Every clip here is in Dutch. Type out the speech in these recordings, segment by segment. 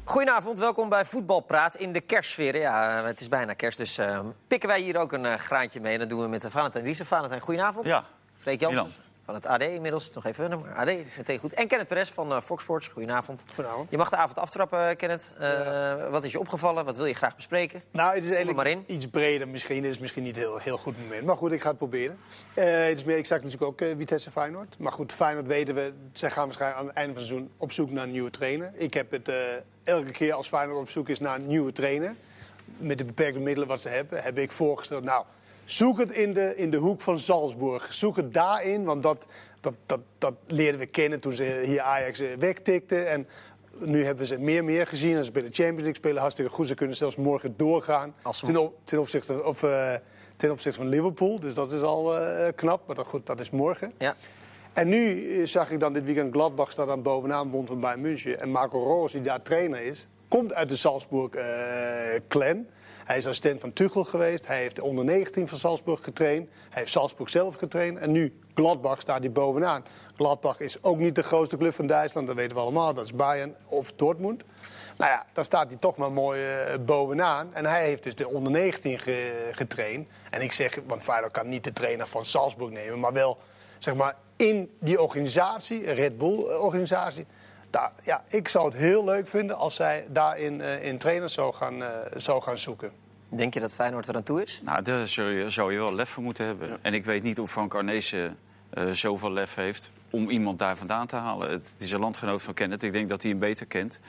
Goedenavond, welkom bij Voetbalpraat in de kerstsfeer. Ja, het is bijna kerst, dus pikken wij hier ook een graantje mee. En dat doen we met Valentijn Driessen. Valentijn, goedenavond. Ja. Freek Jansen van het AD inmiddels. Nog even, maar AD meteen goed. En Kenneth Perez van Fox Sports. Goedenavond. Goedenavond. Je mag de avond aftrappen, Kenneth. Wat is je opgevallen? Wat wil je graag bespreken? Nou, het is eigenlijk maar in. iets breder misschien. Het is misschien niet een heel goed moment. Maar goed, ik ga het proberen. Het is meer, ik zag natuurlijk ook Vitesse Feyenoord. Maar goed, Feyenoord weten we, zij gaan waarschijnlijk aan het einde van het seizoen op zoek naar een nieuwe trainer. Ik heb het elke keer als Feyenoord op zoek is naar een nieuwe trainer, met de beperkte middelen wat ze hebben, heb ik voorgesteld, nou, zoek het in de hoek van Salzburg. Zoek het daarin, want dat leerden we kennen toen ze hier Ajax wegtikten. En nu hebben we ze meer gezien. En ze spelen Champions League, spelen hartstikke goed. Ze kunnen zelfs morgen doorgaan ten opzichte van Liverpool. Dus dat is al knap, maar goed, dat is morgen. Ja. En nu zag ik dan dit weekend Gladbach staat dan bovenaan, won van Bayern München. En Marco Rose, die daar trainer is, komt uit de Salzburg-clan. Hij is assistent van Tuchel geweest. Hij heeft de onder 19 van Salzburg getraind. Hij heeft Salzburg zelf getraind. En nu, Gladbach staat hij bovenaan. Gladbach is ook niet de grootste club van Duitsland. Dat weten we allemaal. Dat is Bayern of Dortmund. Nou ja, daar staat hij toch maar mooi bovenaan. En hij heeft dus de onder 19 getraind. En ik zeg, want Feyenoord kan niet de trainer van Salzburg nemen. Maar wel, zeg maar, in die organisatie, Red Bull-organisatie. Ja, ik zou het heel leuk vinden als zij daarin in trainers zou gaan zoeken. Denk je dat Feyenoord er aan toe is? Nou, daar zou je wel lef voor moeten hebben. Ja. En ik weet niet of Frank Arnezen zoveel lef heeft om iemand daar vandaan te halen. Het is een landgenoot van Kenneth. Ik denk dat hij hem beter kent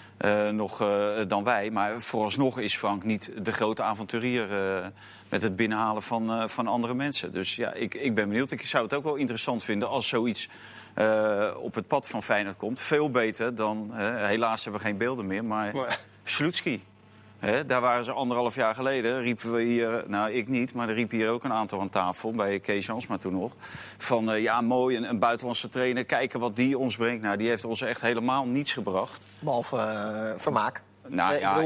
dan wij. Maar vooralsnog is Frank niet de grote avonturier met het binnenhalen van andere mensen. Dus ja, ik ben benieuwd. Ik zou het ook wel interessant vinden als zoiets op het pad van Feyenoord komt. Veel beter dan, helaas hebben we geen beelden meer, maar Slutsky. Daar waren ze 1,5 jaar geleden, riepen we hier, nou ik niet, maar er riep hier ook een aantal aan tafel, bij Kees Jansma toen nog. Van ja, mooi, een buitenlandse trainer, kijken wat die ons brengt. Nou, die heeft ons echt helemaal niets gebracht. Behalve vermaak. Nou ja,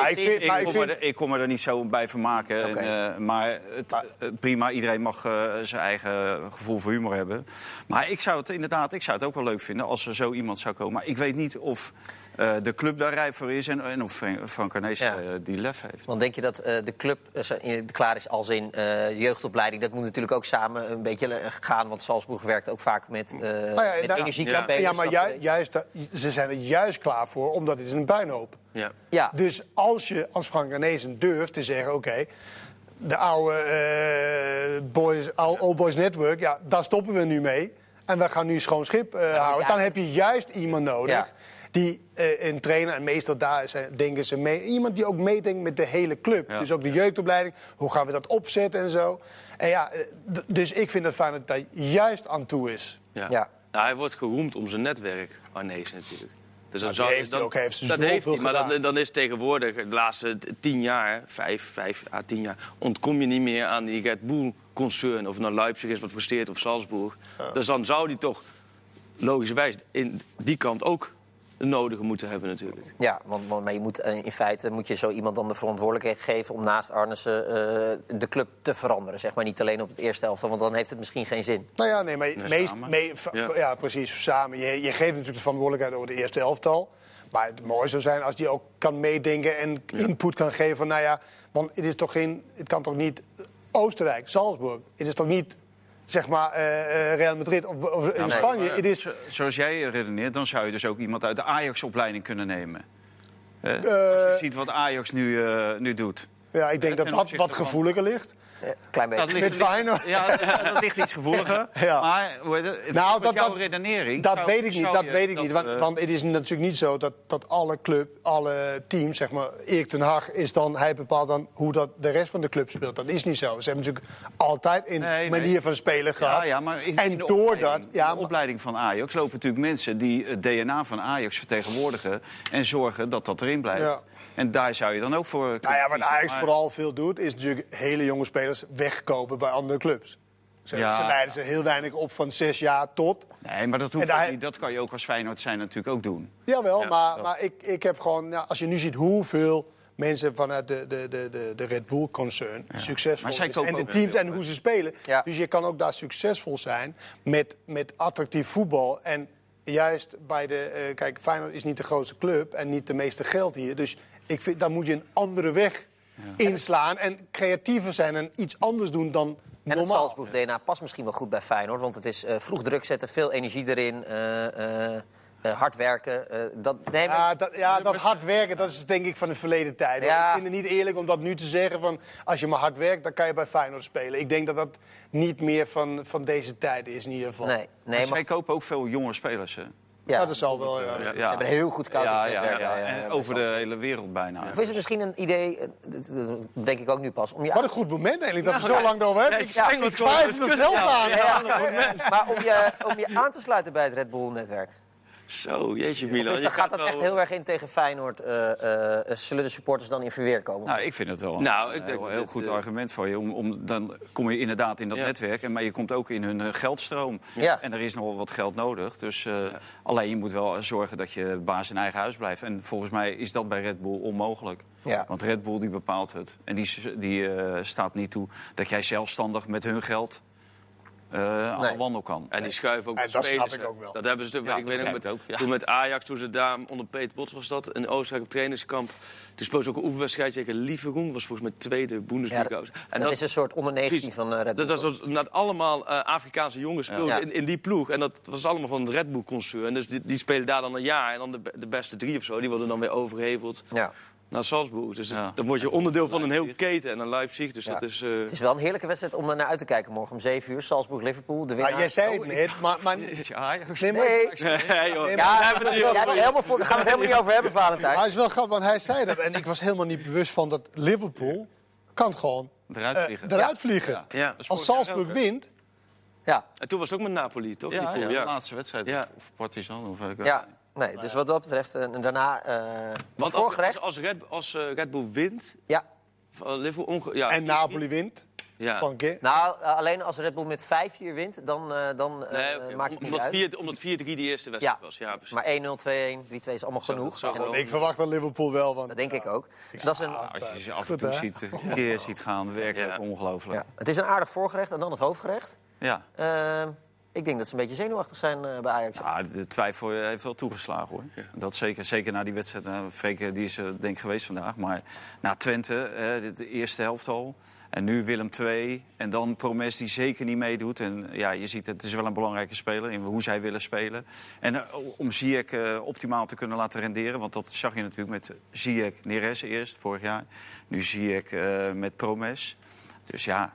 ik kom me er niet zo bij vermaken. Okay. Maar prima, iedereen mag zijn eigen gevoel voor humor hebben. Maar ik zou het ook wel leuk vinden als er zo iemand zou komen. Maar ik weet niet of de club daar rijp voor is en of Frank Arnezen die lef heeft. Want denk je dat de club klaar is als in de jeugdopleiding? Dat moet natuurlijk ook samen een beetje gaan. Want Salzburg werkt ook vaak met energiecampagnes. Ja, maar ze zijn er juist klaar voor, omdat het is een puinhoop. Ja. Dus als je als Frank Arnezen durft te zeggen, oké, de oude All Boys Network, ja, daar stoppen we nu mee. En we gaan nu schoon schip houden. Ja. Dan heb je juist iemand nodig die een trainer, en meestal daar denken ze mee. Iemand die ook meedenkt met de hele club. Ja. Dus ook de jeugdopleiding. Hoe gaan we dat opzetten en zo. En ja, dus ik vind dat Feyenoord daar juist aan toe is. Ja. Nou, hij wordt geroemd om zijn netwerk, Arnezen natuurlijk. Dus dat heeft hij, maar dan is tegenwoordig de laatste 10 jaar, 5 à 10 jaar, ontkom je niet meer aan die Red Bull-concern. Of het nou Leipzig is wat presteert of Salzburg. Ja. Dus dan zou die toch logischerwijs in die kant ook de nodige moeten hebben natuurlijk. Ja, maar je moet, in feite moet je zo iemand dan de verantwoordelijkheid geven om naast Arnezen de club te veranderen. Zeg maar niet alleen op het eerste elftal, want dan heeft het misschien geen zin. Nou ja, nee, maar ja, precies, samen. Je geeft natuurlijk de verantwoordelijkheid over de eerste elftal. Maar het mooi zou zijn als die ook kan meedenken en input kan geven van, nou ja, want het kan toch niet Oostenrijk, Salzburg. Het is toch niet, zeg maar, Real Madrid of in Spanje. Het is... Zoals jij redeneert, dan zou je dus ook iemand uit de Ajax-opleiding kunnen nemen. Als je ziet wat Ajax nu doet. Ja, ik denk dat wat gevoeliger ligt. Klein beetje. Met Feyenoord. Ja, dat ligt iets gevoeliger. Ja. Maar jouw redenering... Dat weet ik niet. Want het is natuurlijk niet zo dat alle teams, zeg maar, Erik ten Hag is dan, hij bepaalt dan hoe dat de rest van de club speelt. Dat is niet zo. Ze hebben natuurlijk altijd een manier van spelen gehad. Ja, maar in de opleiding van Ajax lopen natuurlijk mensen die het DNA van Ajax vertegenwoordigen en zorgen dat dat erin blijft. Ja. En daar zou je dan ook voor... Nou ja, wat Ajax vooral veel doet, is natuurlijk hele jonge spelers wegkopen bij andere clubs. Ze leiden ze heel weinig op van 6 jaar tot... Nee, maar dat hoeft niet. Dat kan je ook als Feyenoord zijn natuurlijk ook doen. Jawel, maar ik heb gewoon... Nou, als je nu ziet hoeveel mensen vanuit de Red Bull-concern succesvol zijn. En de teams en hoe ze spelen. Ja. Dus je kan ook daar succesvol zijn met attractief voetbal. En juist bij de... kijk, Feyenoord is niet de grootste club en niet de meeste geld hier. Dus ik vind, dan moet je een andere weg inslaan en creatiever zijn en iets anders doen dan En normaal. het Salzburg-DNA past misschien wel goed bij Feyenoord. Want het is vroeg druk zetten, veel energie erin, hard werken. Dat hard werken, dat is denk ik van de verleden tijd. Ja. Ik vind het niet eerlijk om dat nu te zeggen van... als je maar hard werkt, dan kan je bij Feyenoord spelen. Ik denk dat dat niet meer van deze tijd is in ieder geval. Nee, Maar maar zij kopen ook veel jonge spelers. Hè? ja, Ja, dat zal wel, ja. ze hebben een heel goed scouting. En over de hele wereld bijna. Of is het misschien een idee, dat denk ik ook nu pas, om je Wat een goed moment eigenlijk, dat we zo lang over hebben. Ja, Ik twijfel er zelf aan. Maar om je aan te sluiten bij het Red Bull-netwerk. Zo, jeetje Of Milan. is dat, gaat dat echt heel erg in tegen Feyenoord? Zullen de supporters dan in verweer komen? Nou, ik vind het wel Nou, ik een denk heel, dat heel dit, goed argument voor je. Dan kom je inderdaad in dat netwerk, maar je komt ook in hun geldstroom. Ja. En er is nog wel wat geld nodig. Dus alleen je moet wel zorgen dat je baas in eigen huis blijft. En volgens mij is dat bij Red Bull onmogelijk. Ja. Want Red Bull die bepaalt het. En die staat niet toe dat jij zelfstandig met hun geld aan de wandel kan. En die schuiven ook Ja, de dat spelers. snap ik ook wel. Dat hebben ze. Ja, Ik weet dat nog, begrijp ik ook, ja. toen met Ajax, toen ze daar onder Peter Bos was dat, in Oostenrijk op trainingskamp. Toen speelde ze ook een oefenwedstrijd tegen Lievergoed. Was volgens mij tweede Bundesliga. Ja, en dat is een soort onder 19 precies. van Red Bull. Dat was dat allemaal Afrikaanse jongens speelden Ja. in die ploeg. En dat was allemaal van het Red Bull-concern. Dus die spelen daar dan een jaar. En dan de beste 3 of zo, die worden dan weer overgeheveld Ja. naar Salzburg. Dus Ja. dan word je onderdeel van een heel keten. En naar Leipzig. Dus Ja. dat is... Het is wel een heerlijke wedstrijd om naar uit te kijken morgen om 7 uur. Salzburg-Liverpool, de winnaar. Ja, jij zei het net, maar... Is je Ajax? Nee, maar, Nee. Nee, joh. Nee, Ja, maar- daar gaan we het helemaal niet over hebben, Valentijn. Maar het is wel grappig, want hij zei dat. En ik was helemaal niet bewust van dat Liverpool kan gewoon Eruit vliegen. eruit vliegen. Ja. Ja. Als Salzburg wint, Ja, En toen was het ook met Napoli, toch? Die Ja, pool, ja, de laatste wedstrijd. Ja. Of Partizan. Of, ja. Nee, dus wat dat betreft, en daarna Want voorgerecht. als Red Bull wint, Ja. van Liverpool... en Napoli wint, Ja. van een keer. Nou, alleen als Red Bull met 5-4 wint, dan Nee, oké, maakt het niet uit. omdat 4-3 die eerste wedstrijd Ja, was. Ja, precies. maar 1-0, 2-1, 3-2 is allemaal genoeg. zo. En Ik verwacht dan Liverpool wel, want dat denk ik ook. Dat is een, Als je ze af en Goed, toe hè? ziet gaan, werkelijk Ja. ongelooflijk. ja. Het is een aardig voorgerecht en dan het hoofdgerecht. Ja. Ik denk dat ze een beetje zenuwachtig zijn bij Ajax. Ja, de twijfel heeft wel toegeslagen hoor. Dat zeker na die wedstrijd. Freek die is denk ik geweest vandaag. Maar na Twente, de eerste helft al. En nu Willem II. En dan Promes die zeker niet meedoet. En ja, je ziet het is wel een belangrijke speler in hoe zij willen spelen. En om Ziyech optimaal te kunnen laten renderen. Want dat zag je natuurlijk met Ziyech Neres eerst, vorig jaar. Nu Ziyech met Promes. Dus ja,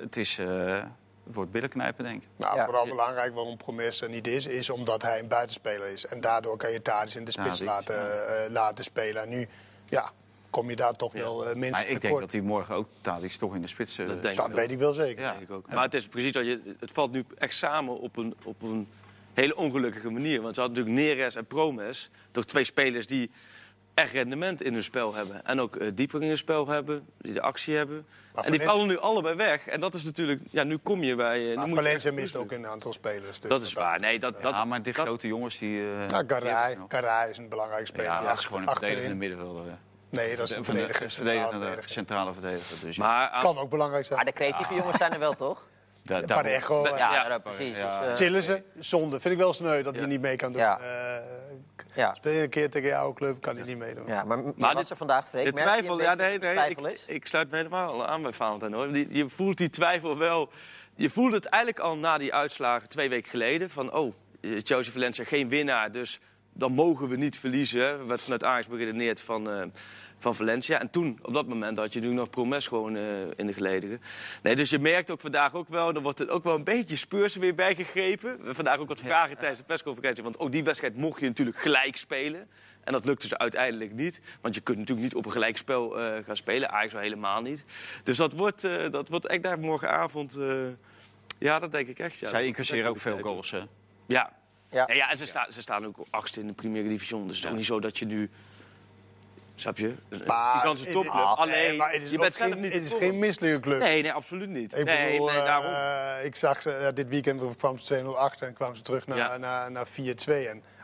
het wordt billenknijpen, denk ik. Nou, Ja. vooral belangrijk waarom Promes er niet is omdat hij een buitenspeler is. En daardoor kan je Tadic in de spits laten spelen. En nu, ja, kom je daar toch wel mensen Maar ik denk tekort. dat hij morgen ook Tadic toch in de spits... Dat denk Dat weet ik wel zeker. Ja. denk ik ook. Maar het is precies dat het valt nu echt samen op een hele ongelukkige manier. Want ze hadden natuurlijk Neres en Promes. Toch 2 spelers die echt rendement in hun spel hebben. En ook dieper in hun spel hebben. Die de actie hebben. Maar En die vallen nu allebei weg. En dat is natuurlijk... Ja, nu kom je bij... nu Maar moet je Valencia echt- mist ook een aantal spelers. Dus Dat is waar. Nee, Ja, maar die grote jongens die... Nou, Garay is een belangrijke speler. Ja, Die dat is gewoon een achterin. verdedigende middenvelder. Ja. Nee, dat is een verdediger. Centrale verdediger. Dus Maar Kan ook belangrijk zijn. Maar de creatieve jongens zijn er wel, toch? Parejo, Ja, precies. Ja. Dus, Sillissen, zonde. Vind ik wel sneu dat hij niet mee kan doen. Ja. Ja. Speel je een keer tegen jouw club, kan hij niet meedoen. Ja, maar Maar was er vandaag, Freek? de Merk je twijfel, een ja, beetje nee, twijfel is? ik sluit me helemaal aan bij Valentijn hoor. Je voelt die twijfel wel. Je voelde het eigenlijk al na die uitslagen 2 weken geleden. Van, Chelsea Valencia geen winnaar, dus dan mogen we niet verliezen. Er werd vanuit Ajax beredeneerd van Valencia. En toen, op dat moment, had je natuurlijk nog Promes gewoon in de gelederen. Nee, dus je merkt ook vandaag ook wel, er wordt het ook wel een beetje Spurs er weer bijgegrepen. We hebben vandaag ook wat vragen tijdens de persconferentie. Want ook die wedstrijd mocht je natuurlijk gelijk spelen. En dat lukte ze uiteindelijk niet. Want je kunt natuurlijk niet op een gelijkspel gaan spelen. Ajax al helemaal niet. Dus dat wordt echt daar morgenavond... ja, dat denk ik echt. Ja. zij incasseren ook veel goals, hè? Ja. Ja. En ze staan ook 8e in de Première Division. Dus het is ook niet zo dat je nu... Snap je? Een gigantische topclub. Alleen, maar het is, je ook bent zelf geen, niet het is tevoren. geen misselijke club. Nee, absoluut niet. Ik bedoel, daarom. ik zag ze dit weekend kwam ze 2-0 achter en kwamen ze terug naar 4-2. En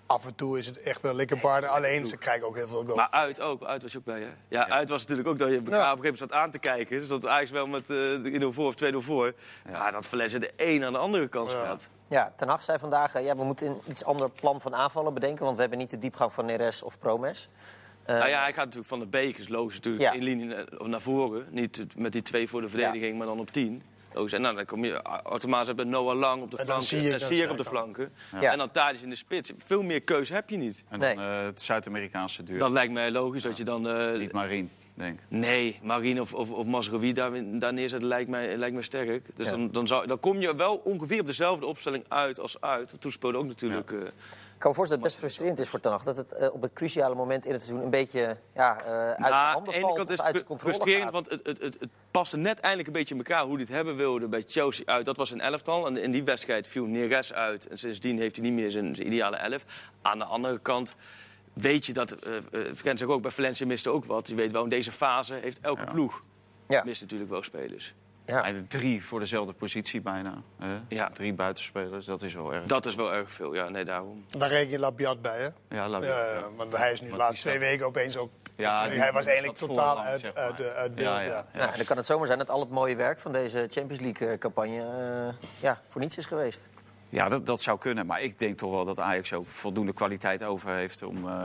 af en toe is het echt wel lekker barden. Alleen, ze krijgen ook heel veel goals. Maar uit was je ook bij, hè? Ja, uit was natuurlijk ook dat je elkaar op een gegeven moment zat aan te kijken. Dus dat Ajax wel met 1-0 voor of 2-0 voor. Ja, dat Valencia de een aan de andere kant speelt. Ja, Ten Hag zei vandaag, we moeten een iets ander plan van aanvallen bedenken. Want we hebben niet de diepgang van Neres of Promes. Hij gaat natuurlijk van de Beek, is logisch natuurlijk, in linie naar voren. Niet met die 2 voor de verdediging, maar dan op 10. En dan kom je automatisch bij Noah Lang op de flanken en Sier op de flanken. Ja. En dan Tadic in de spits. Veel meer keuze heb je niet. En dan het Zuid-Amerikaanse duur. Dat lijkt mij logisch dat je dan... niet Marien, denk ik. Nee, Marien of Mazraoui daar neerzetten lijkt mij sterk. Dus dan kom je wel ongeveer op dezelfde opstelling uit als uit. Toen speelde ook natuurlijk... Ik kan me voorstellen dat het best frustrerend is voor Ten Hag. Dat het op het cruciale moment in het seizoen een beetje uit zijn handen valt. Aan de ene kant is het frustrerend, want het paste net eindelijk een beetje in elkaar hoe hij het hebben wilde bij Chelsea uit. Dat was een elftal. En in die wedstrijd viel Neres uit. En sindsdien heeft hij niet meer zijn ideale 11. Aan de andere kant weet je dat... Frans zegt ook, bij Valencia miste ook wat. Je weet wel, in deze fase heeft elke ploeg mist natuurlijk wel spelers. Ja. 3 voor dezelfde positie bijna. 3 buitenspelers, dat is wel erg. Dat is wel erg veel, ja, nee, daarom. Daar reken je Labiat bij, hè? Ja, Labiat. Want hij is nu de laatste 2 weken opeens ook... Ja, hij was eigenlijk totaal uit beeld. Ja, dan kan het zomaar zijn dat al het mooie werk van deze Champions League-campagne voor niets is geweest. Ja, dat zou kunnen. Maar ik denk toch wel dat Ajax ook voldoende kwaliteit over heeft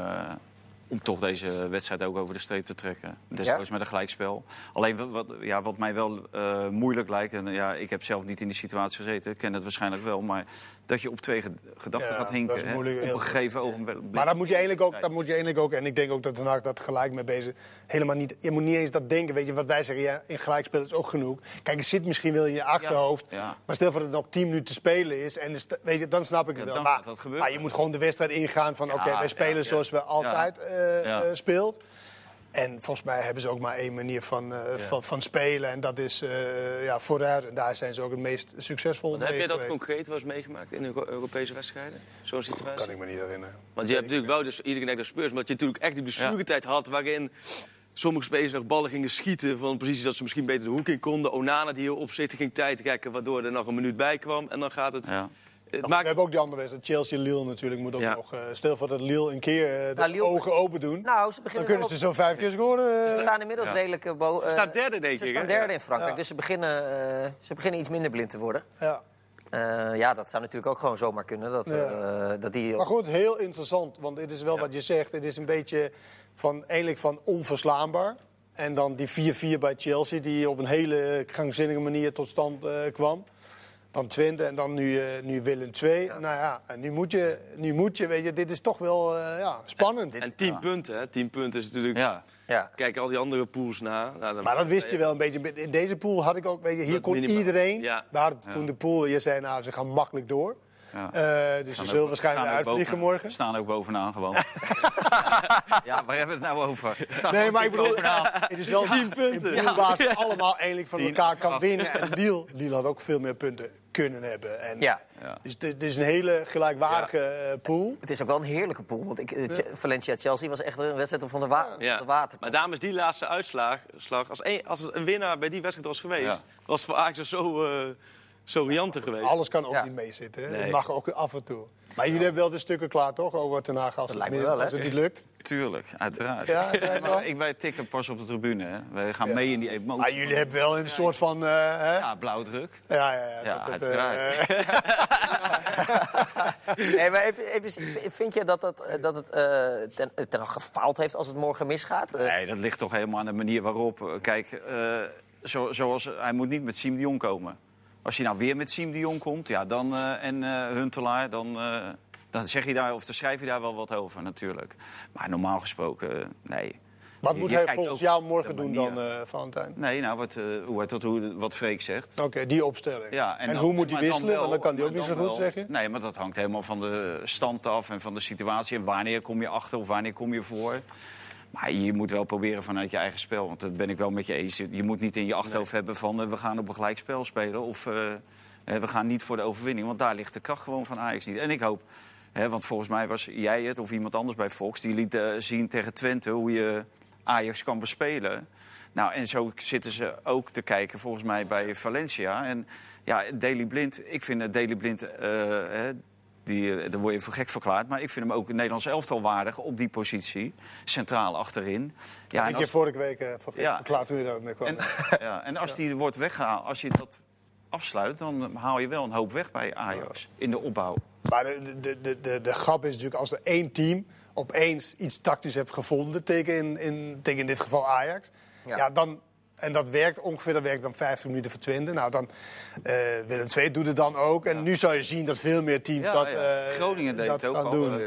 om toch deze wedstrijd ook over de streep te trekken. Desnoods met een gelijkspel. Alleen wat mij wel moeilijk lijkt... en ik heb zelf niet in die situatie gezeten, ik ken het waarschijnlijk wel... maar dat je op 2 gedachten gaat hinken. Op een gegeven ogenblik. Maar dat moet je eigenlijk ook... en ik denk ook dat Ten Hag dat gelijk mee bezig... helemaal niet... Je moet niet eens dat denken. Weet je, wat wij zeggen, in gelijkspel is ook genoeg. Kijk, het zit misschien wel in je achterhoofd. Ja. Maar stel voor dat het nog 10 minuten te spelen is... en weet je, dan snap ik het wel. Maar je moet gewoon de wedstrijd ingaan van... oké, wij spelen zoals we altijd speelt. En volgens mij hebben ze ook maar 1 manier van spelen. En dat is vooruit. En daar zijn ze ook het meest succesvol mee. Heb jij dat concreet wel eens meegemaakt in Europese wedstrijden? Zo'n situatie? Dat kan ik me niet herinneren. Want je hebt natuurlijk wel, dus iedereen denkt dat Spurs... maar dat je natuurlijk echt die blessuretijd had... waarin sommige spelers nog ballen gingen schieten... van posities dat ze misschien beter de hoek in konden. Onana die heel opzichtig ging tijd trekken... waardoor er nog een minuut bij kwam. En dan gaat het... Ja. We hebben ook die andere wedstrijd. Chelsea-Lille natuurlijk moet ook nog... stel voor dat Lille een keer de ogen open doen. Nou, dan kunnen ze zo 5 keer scoren. Ze staan inmiddels redelijk... ze staan derde, denk ik. Ze staan derde in Frankrijk. Dus ze beginnen iets minder blind te worden. Ja. Dat zou natuurlijk ook gewoon zomaar kunnen. Dat die... Maar goed, heel interessant. Want het is wel wat je zegt. Het is een beetje van onverslaanbaar. En dan die 4-4 bij Chelsea... die op een hele krankzinnige manier tot stand kwam. Dan Twente en dan nu Willem II. Ja. Nou ja, en nu moet je, weet je, dit is toch wel spannend. En 10 punten, hè? 10 punten is natuurlijk... Ja. Kijk al die andere pools na. Nou, maar dat wist je wel een beetje. In deze pool had ik ook, weet je, hier kon iedereen. Ja. We hadden toen de pool, je zei, ze gaan makkelijk door. Ja. Dus ze zullen waarschijnlijk uitvliegen morgen. We staan ook bovenaan gewoon. Ja, waar hebben we het nou over? Nee, maar ik bedoel, het is wel 10 punten. In waar ze allemaal eigenlijk van elkaar kan winnen. En Lille had ook veel meer punten kunnen hebben. En dus het is een hele gelijkwaardige pool. Het is ook wel een heerlijke pool. Want Valencia-Chelsea was echt een wedstrijd van de water. Maar dames, die laatste uitslag, als een winnaar bij die wedstrijd was geweest... was voor Ajax zo riante geweest. Alles kan ook niet meezitten. Hè? Nee. Het mag ook af en toe. Maar jullie hebben wel de stukken klaar, toch? Over Ten Hag als het niet lukt. Tuurlijk, uiteraard. Wij tikken pas op de tribune. Hè. Wij gaan mee in die emotie. Maar jullie hebben wel een soort van... blauwdruk. Ja, uiteraard. Nee, maar even, vind je dat het Ten Hag gefaald heeft als het morgen misgaat? Nee, dat ligt toch helemaal aan de manier waarop. Kijk, zoals hij moet niet met Siem de Jong komen. Als je nou weer met Siem de Jong komt, en Huntelaar, dan zeg je daar, of dan schrijf je daar wel wat over natuurlijk. Maar normaal gesproken, nee. Wat moet hij volgens jou morgen doen dan, Valentijn? Nee, nou, wat Freek zegt. Oké, die opstelling. Ja, en hoe moet hij wisselen? Want dan kan hij ook niet zo goed zeggen. Nee, maar dat hangt helemaal van de stand af en van de situatie. En wanneer kom je achter of wanneer kom je voor? Maar je moet wel proberen vanuit je eigen spel. Want dat ben ik wel met je eens. Je moet niet in je achterhoofd hebben van... we gaan op een gelijkspel spelen. Of we gaan niet voor de overwinning. Want daar ligt de kracht gewoon van Ajax niet. En ik hoop... want volgens mij was jij het of iemand anders bij Fox... die liet zien tegen Twente hoe je Ajax kan bespelen. Nou, en zo zitten ze ook te kijken volgens mij bij Valencia. En Daley Blind... Ik vind Daley Blind... daar word je voor gek verklaard. Maar ik vind hem ook een Nederlands elftal waardig op die positie. Centraal achterin. Ja, Ik heb vorige week verklaard hoe je daar mee kwam. En als die wordt weggehaald, als je dat afsluit, dan haal je wel een hoop weg bij Ajax in de opbouw. Maar de grap is natuurlijk als er één team opeens iets tactisch hebt gevonden tegen in dit geval Ajax. Ja, dan, en dat werkt ongeveer, dat werkt dan 50 minuten voor 20. Nou, dan Willem II doet het dan ook. En nu zou je zien dat veel meer teams Groningen deed dat het ook gaan al. doen.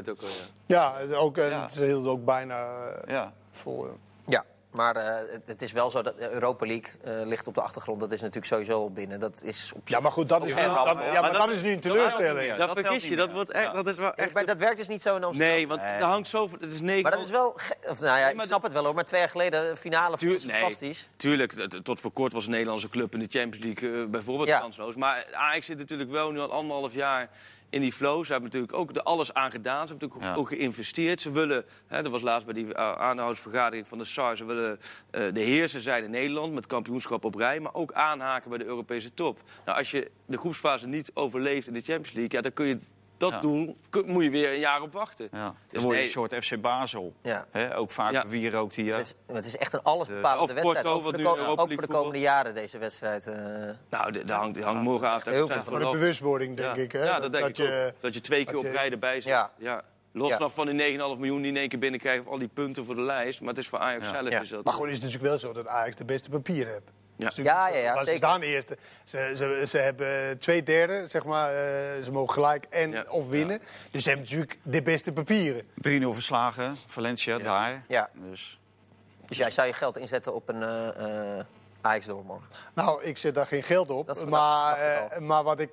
Ze hielden ook bijna vol. Ja, maar het is wel zo dat de Europa League ligt op de achtergrond. Dat is natuurlijk sowieso binnen. Dat is op Ja, maar goed, dat is nu een teleurstelling. Dat vergis je, dat wordt echt, dat is wel echt... Maar dat werkt dus niet zo in Amsterdam. Nee, want er hangt zoveel... Het is 9... Maar dat is wel... ik snap het wel hoor, maar 2 jaar geleden de finale was fantastisch. Tuurlijk, tot voor kort was een Nederlandse club in de Champions League bijvoorbeeld kansloos. Maar Ajax zit natuurlijk wel nu al 1,5 jaar in die flow. Ze hebben natuurlijk ook er alles aan gedaan. Ze hebben natuurlijk ook geïnvesteerd. Ze willen, dat was laatst bij die aandeelhoudersvergadering van de SAR... ze willen de heerser zijn in Nederland met kampioenschap op rij... maar ook aanhaken bij de Europese top. Nou, als je de groepsfase niet overleeft in de Champions League... dan kun je dat doel moet je weer een jaar op wachten. Ja. Dan word je een soort FC Basel. Ja. Ook vaak wierookt hier. Het is echt een allesbepalende wedstrijd. Ook voor de komende jaren, deze wedstrijd. Nou, daar hangt morgenavond heel veel van de bewustwording, denk ik. Hè? Ja, dat denk ik ook. Dat je 2 keer op rij erbij zit. Ja. Los nog van die 9,5 miljoen die in één keer binnenkrijgen... of al die punten voor de lijst. Maar het is voor Ajax zelf. Is dat. Maar goed, het is natuurlijk wel zo dat Ajax de beste papieren heeft. Ja, ze staan eerste. Ze hebben 2/3, zeg maar. Ze mogen gelijk of winnen. Dus ze hebben natuurlijk de beste papieren. 3-0 verslagen, Valencia daar. Ja. Dus jij zou je geld inzetten op een Ajax door morgen? Nou, ik zet daar geen geld op. Maar wat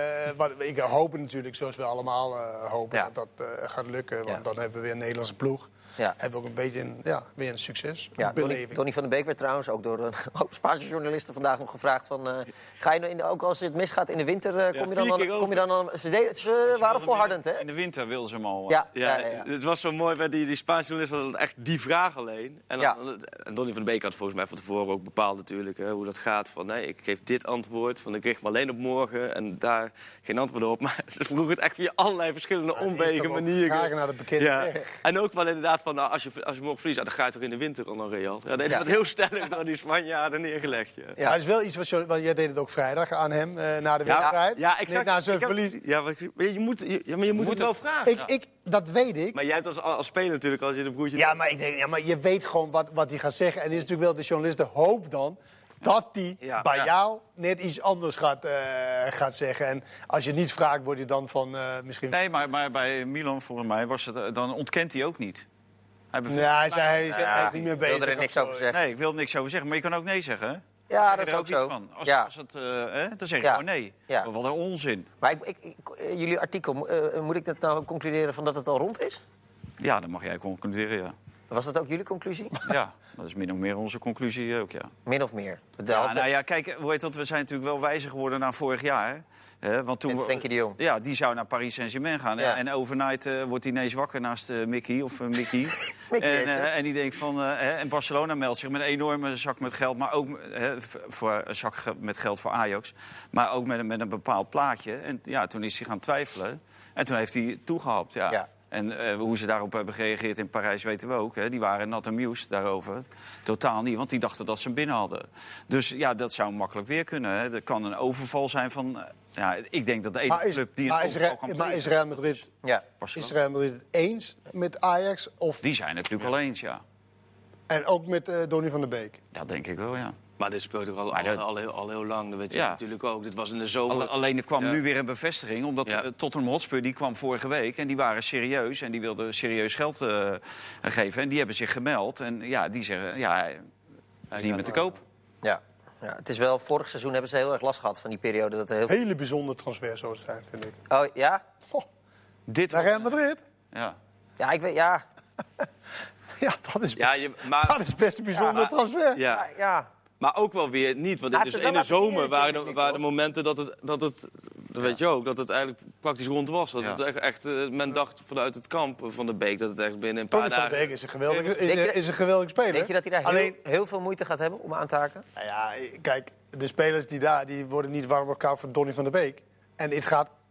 ik hoop natuurlijk, zoals we allemaal hopen, dat dat gaat lukken. Want dan hebben we weer een Nederlandse ploeg. Ja. Hebben we ook een beetje weer een succes. Ja, Donny van den Beek werd trouwens ook door een hoop Spaanse journalisten vandaag nog gevraagd van... ga je ook als het misgaat in de winter, kom je dan ze waren volhardend, hè? In de winter wilden ze hem al. Het was zo mooi bij die Spaanse journalisten, dat echt die vraag alleen. En Donny van den Beek had volgens mij van tevoren ook bepaald natuurlijk hoe dat gaat. Van nee, ik geef dit antwoord, van ik richt me alleen op morgen en daar geen antwoord op. Maar ze vroegen het echt via allerlei verschillende omwegen, manieren. Vragen naar de bekende weg. En ook wel inderdaad van, als je morgen verliest, dan ga je toch in de winter al naar Real. Ja, dat is heel stellig door die Spanjaarden neergelegd. Ja. Maar het is wel iets want jij deed het ook vrijdag aan hem, na de wedstrijd. Ja, exact. Na zijn verlies. Ja, maar je moet het wel vragen. Dat weet ik. Maar jij hebt als speler natuurlijk, als je de broertje... Ja, maar ik denk, maar je weet gewoon wat hij gaat zeggen. En het is natuurlijk wel de journalist de hoop dan... dat hij bij jou net iets anders gaat zeggen. En als je niet vraagt, word je dan van misschien... Nee, maar bij Milan, volgens mij, dan ontkent hij ook niet. Hij is niet meer bezig. Ik wil er niks over zeggen. Nee, ik wil er niks over zeggen, maar je kan ook nee zeggen, hè? Ja, dat is ook zo. Dan zeg je gewoon nee. Ja. Wat een onzin. Maar jullie artikel, moet ik dat nou concluderen van dat het al rond is? Ja, dat mag jij concluderen, ja. Was dat ook jullie conclusie? Ja, dat is min of meer onze conclusie ook, ja. Min of meer? Kijk, we zijn natuurlijk wel wijzer geworden na vorig jaar. Want toen Frenkie de Jong. Ja, die zou naar Paris Saint-Germain gaan. Ja. En overnight wordt hij ineens wakker naast Mickey. En die denkt van... en Barcelona meldt zich met een enorme zak met geld. Maar ook voor een zak met geld voor Ajax. Maar ook met een bepaald plaatje. En toen is hij gaan twijfelen. En toen heeft hij toegehapt, ja. En hoe ze daarop hebben gereageerd in Parijs weten we ook. Hè. Die waren nat amused daarover. Totaal niet, want die dachten dat ze hem binnen hadden. Dus ja, dat zou makkelijk weer kunnen. Hè. Er kan een overval zijn van... ik denk dat de enige club die een overval kan Maar is Real Madrid het eens met Ajax? Of... Die zijn het natuurlijk wel eens, ja. En ook met Donny van der Beek? Dat denk ik wel, ja. Maar dit speelt toch al heel lang, dat weet je natuurlijk ook. Dit was in de zomer. Alleen er kwam nu weer een bevestiging, omdat Tottenham Hotspur die kwam vorige week... en die waren serieus en die wilden serieus geld geven. En die hebben zich gemeld en die zeggen, hij is niet meer te koop. Ja, het is wel, vorig seizoen hebben ze heel erg last gehad van die periode. Dat er hele bijzondere transfers zouden zijn, vind ik. Oh, ja? Naar Real Madrid? Ja. Ja, ik weet, ja. Ja, dat is best een bijzondere transfer. Ja. Maar ook wel weer niet, want in de zomer waren de momenten dat het weet je ook, dat het eigenlijk praktisch rond was. Dat het echt men dacht vanuit het kamp van de Beek dat het echt binnen een paar dagen... Van de Beek is een geweldige speler. Denk je dat hij daar heel veel moeite gaat hebben om aan te haken? Nou ja, kijk, de spelers die worden niet warm elkaar voor Donny van der Beek. En het gaat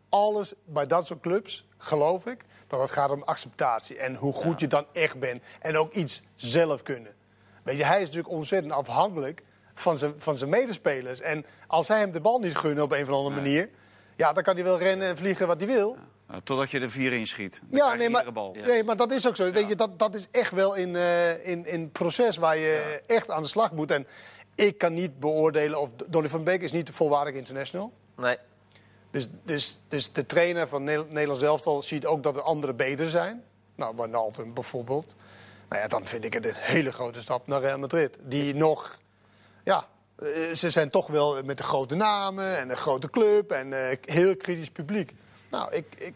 alles bij dat soort clubs, geloof ik, dat het gaat om acceptatie. En hoe goed je dan echt bent. En ook iets zelf kunnen. Weet je, hij is natuurlijk ontzettend afhankelijk van zijn medespelers. En als zij hem de bal niet gunnen op een of andere manier... Ja, dan kan hij wel rennen en vliegen wat hij wil. Ja, totdat je er 4 in schiet. Nee, maar dat is ook zo. Ja. Weet je, dat is echt wel in proces waar je echt aan de slag moet. En ik kan niet beoordelen of Donny van Beek is niet volwaardig international. Nee. Dus de trainer van Nederlands elftal ziet ook dat de anderen beter zijn. Nou, Wijnaldum bijvoorbeeld. Nou ja, dan vind ik het een hele grote stap naar Real Madrid. Die nog... Ja, ze zijn toch wel met de grote namen en een grote club en heel kritisch publiek. Nou, ik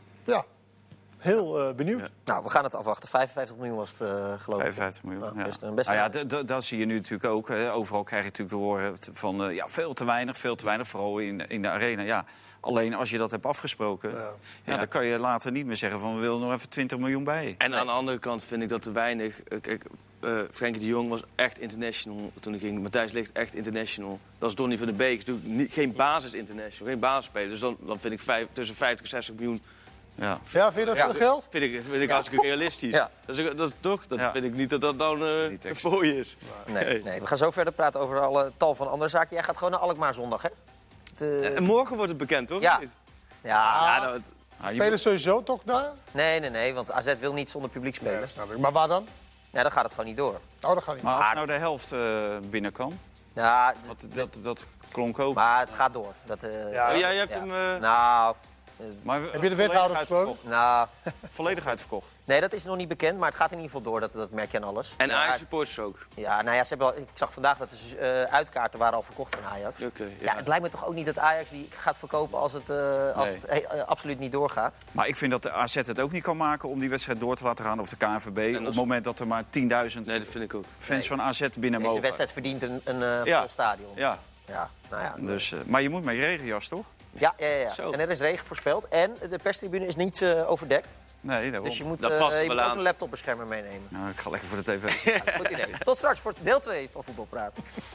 heel benieuwd. Ja. Nou, we gaan het afwachten. 55 miljoen was het, geloof ik. 55 miljoen, ja. Best dat zie je nu natuurlijk ook. Overal krijg je natuurlijk te horen van veel te weinig, vooral in de arena. Ja, alleen als je dat hebt afgesproken, dan kan je later niet meer zeggen van we willen nog even 20 miljoen bij. En aan de andere kant vind ik dat te weinig... Frenkie de Jong was echt international toen ik ging. Matthijs Ligt echt international. Dat is Donny van de Beek. Geen basis-international, geen basisspeler. Dus dan vind ik tussen 50 en 60 miljoen... Ja, vind je dat veel geld? Vind ik hartstikke realistisch. Ja. Dat is toch? Dat vind ik niet dat dat dan voor je is. Nee, we gaan zo verder praten over alle tal van andere zaken. Jij gaat gewoon naar Alkmaar zondag, hè? En morgen wordt het bekend, toch? Ja. Spelen sowieso toch daar? Nee, want AZ wil niet zonder publiek spelen. Ja, snap ik. Maar waar dan? Ja, dan gaat het gewoon niet door. Oh, dat gaat niet. Maar als nou de helft binnen kan? Ja, dat klonk ook. Maar het gaat door. Jij hebt hem... Nou... Maar heb je de wethouder gesproken? Nou, volledig uitverkocht. Nee, dat is nog niet bekend, maar het gaat in ieder geval door. Dat merk je aan alles. En Ajax-supporters ook? Ja, nou ja, ik zag vandaag dat de uitkaarten waren al verkocht van Ajax. Ja, het lijkt me toch ook niet dat Ajax die gaat verkopen als het absoluut niet doorgaat. Maar ik vind dat de AZ het ook niet kan maken om die wedstrijd door te laten gaan. Of de KNVB, op het moment dat er maar 10.000 dat vind ik ook. Fans van AZ binnen mogen. Deze wedstrijd verdient een vol stadion. Ja. Nou ja. Dus, maar je moet met je regenjas, toch? Ja. En er is regen voorspeld. En de perstribune is niet overdekt. Nee, daarom. Dus je moet ook een laptopbeschermer meenemen. Nou, ik ga lekker voor de tv. Goed idee. Tot straks voor deel 2 van Voetbalpraat.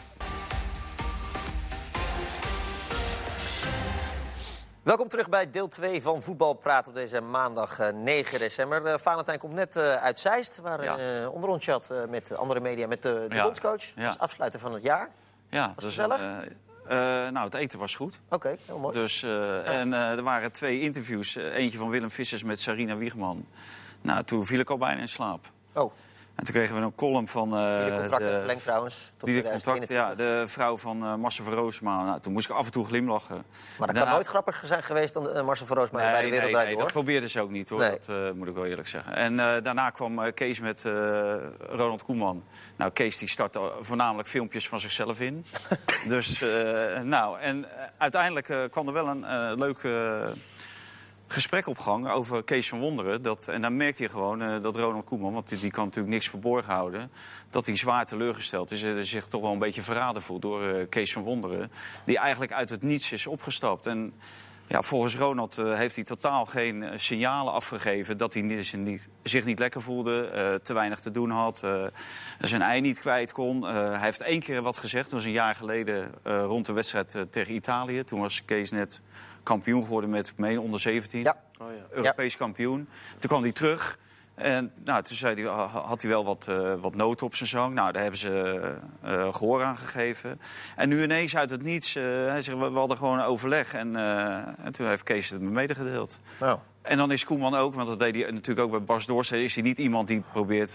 Welkom terug bij deel 2 van Voetbalpraat op deze maandag 9 december. Valentijn komt net uit Zeist, waar onder ons had met andere media met de bondscoach. Dus afsluiten van het jaar. Ja, was gezellig? Nou, het eten was goed. Oké, heel mooi. Dus, en er waren 2 interviews. Eentje van Willem Vissers met Sarina Wiegman. Nou, toen viel ik al bijna in slaap. Oh. En toen kregen we een column van... die de contracten verlengd trouwens. Tot de vrouw van Marcel van Roosmalen. Nou, toen moest ik af en toe glimlachen. Maar dat kan nooit grappiger zijn geweest dan Marcel van Roosmalen bij de Wereld Draait Door. Nee, dat probeerde ze ook niet, hoor. Nee. Dat moet ik wel eerlijk zeggen. En daarna kwam Kees met Ronald Koeman. Nou, Kees die startte voornamelijk filmpjes van zichzelf in. Dus, en uiteindelijk kwam er wel een leuk... gesprek op gang over Kees van Wonderen. En dan merkte je gewoon dat Ronald Koeman, want die kan natuurlijk niks verborgen houden, dat hij zwaar teleurgesteld is en zich toch wel een beetje verraden voelt door Kees van Wonderen, die eigenlijk uit het niets is opgestapt. En ja, volgens Ronald heeft hij totaal geen signalen afgegeven dat hij zich niet lekker voelde, te weinig te doen had, zijn ei niet kwijt kon. Hij heeft 1 keer wat gezegd, dat was een jaar geleden rond de wedstrijd tegen Italië. Toen was Kees net kampioen geworden met onder 17. Ja. Europees kampioen. Toen kwam hij terug. En toen had hij wel wat noten op zijn zang. Nou, daar hebben ze gehoor aan gegeven. En nu ineens uit het niets. Hij zegt, we hadden gewoon een overleg. En toen heeft Kees het me medegedeeld. Nou. En dan is Koeman ook, want dat deed hij natuurlijk ook bij Bas Doorsten, is hij niet iemand die probeert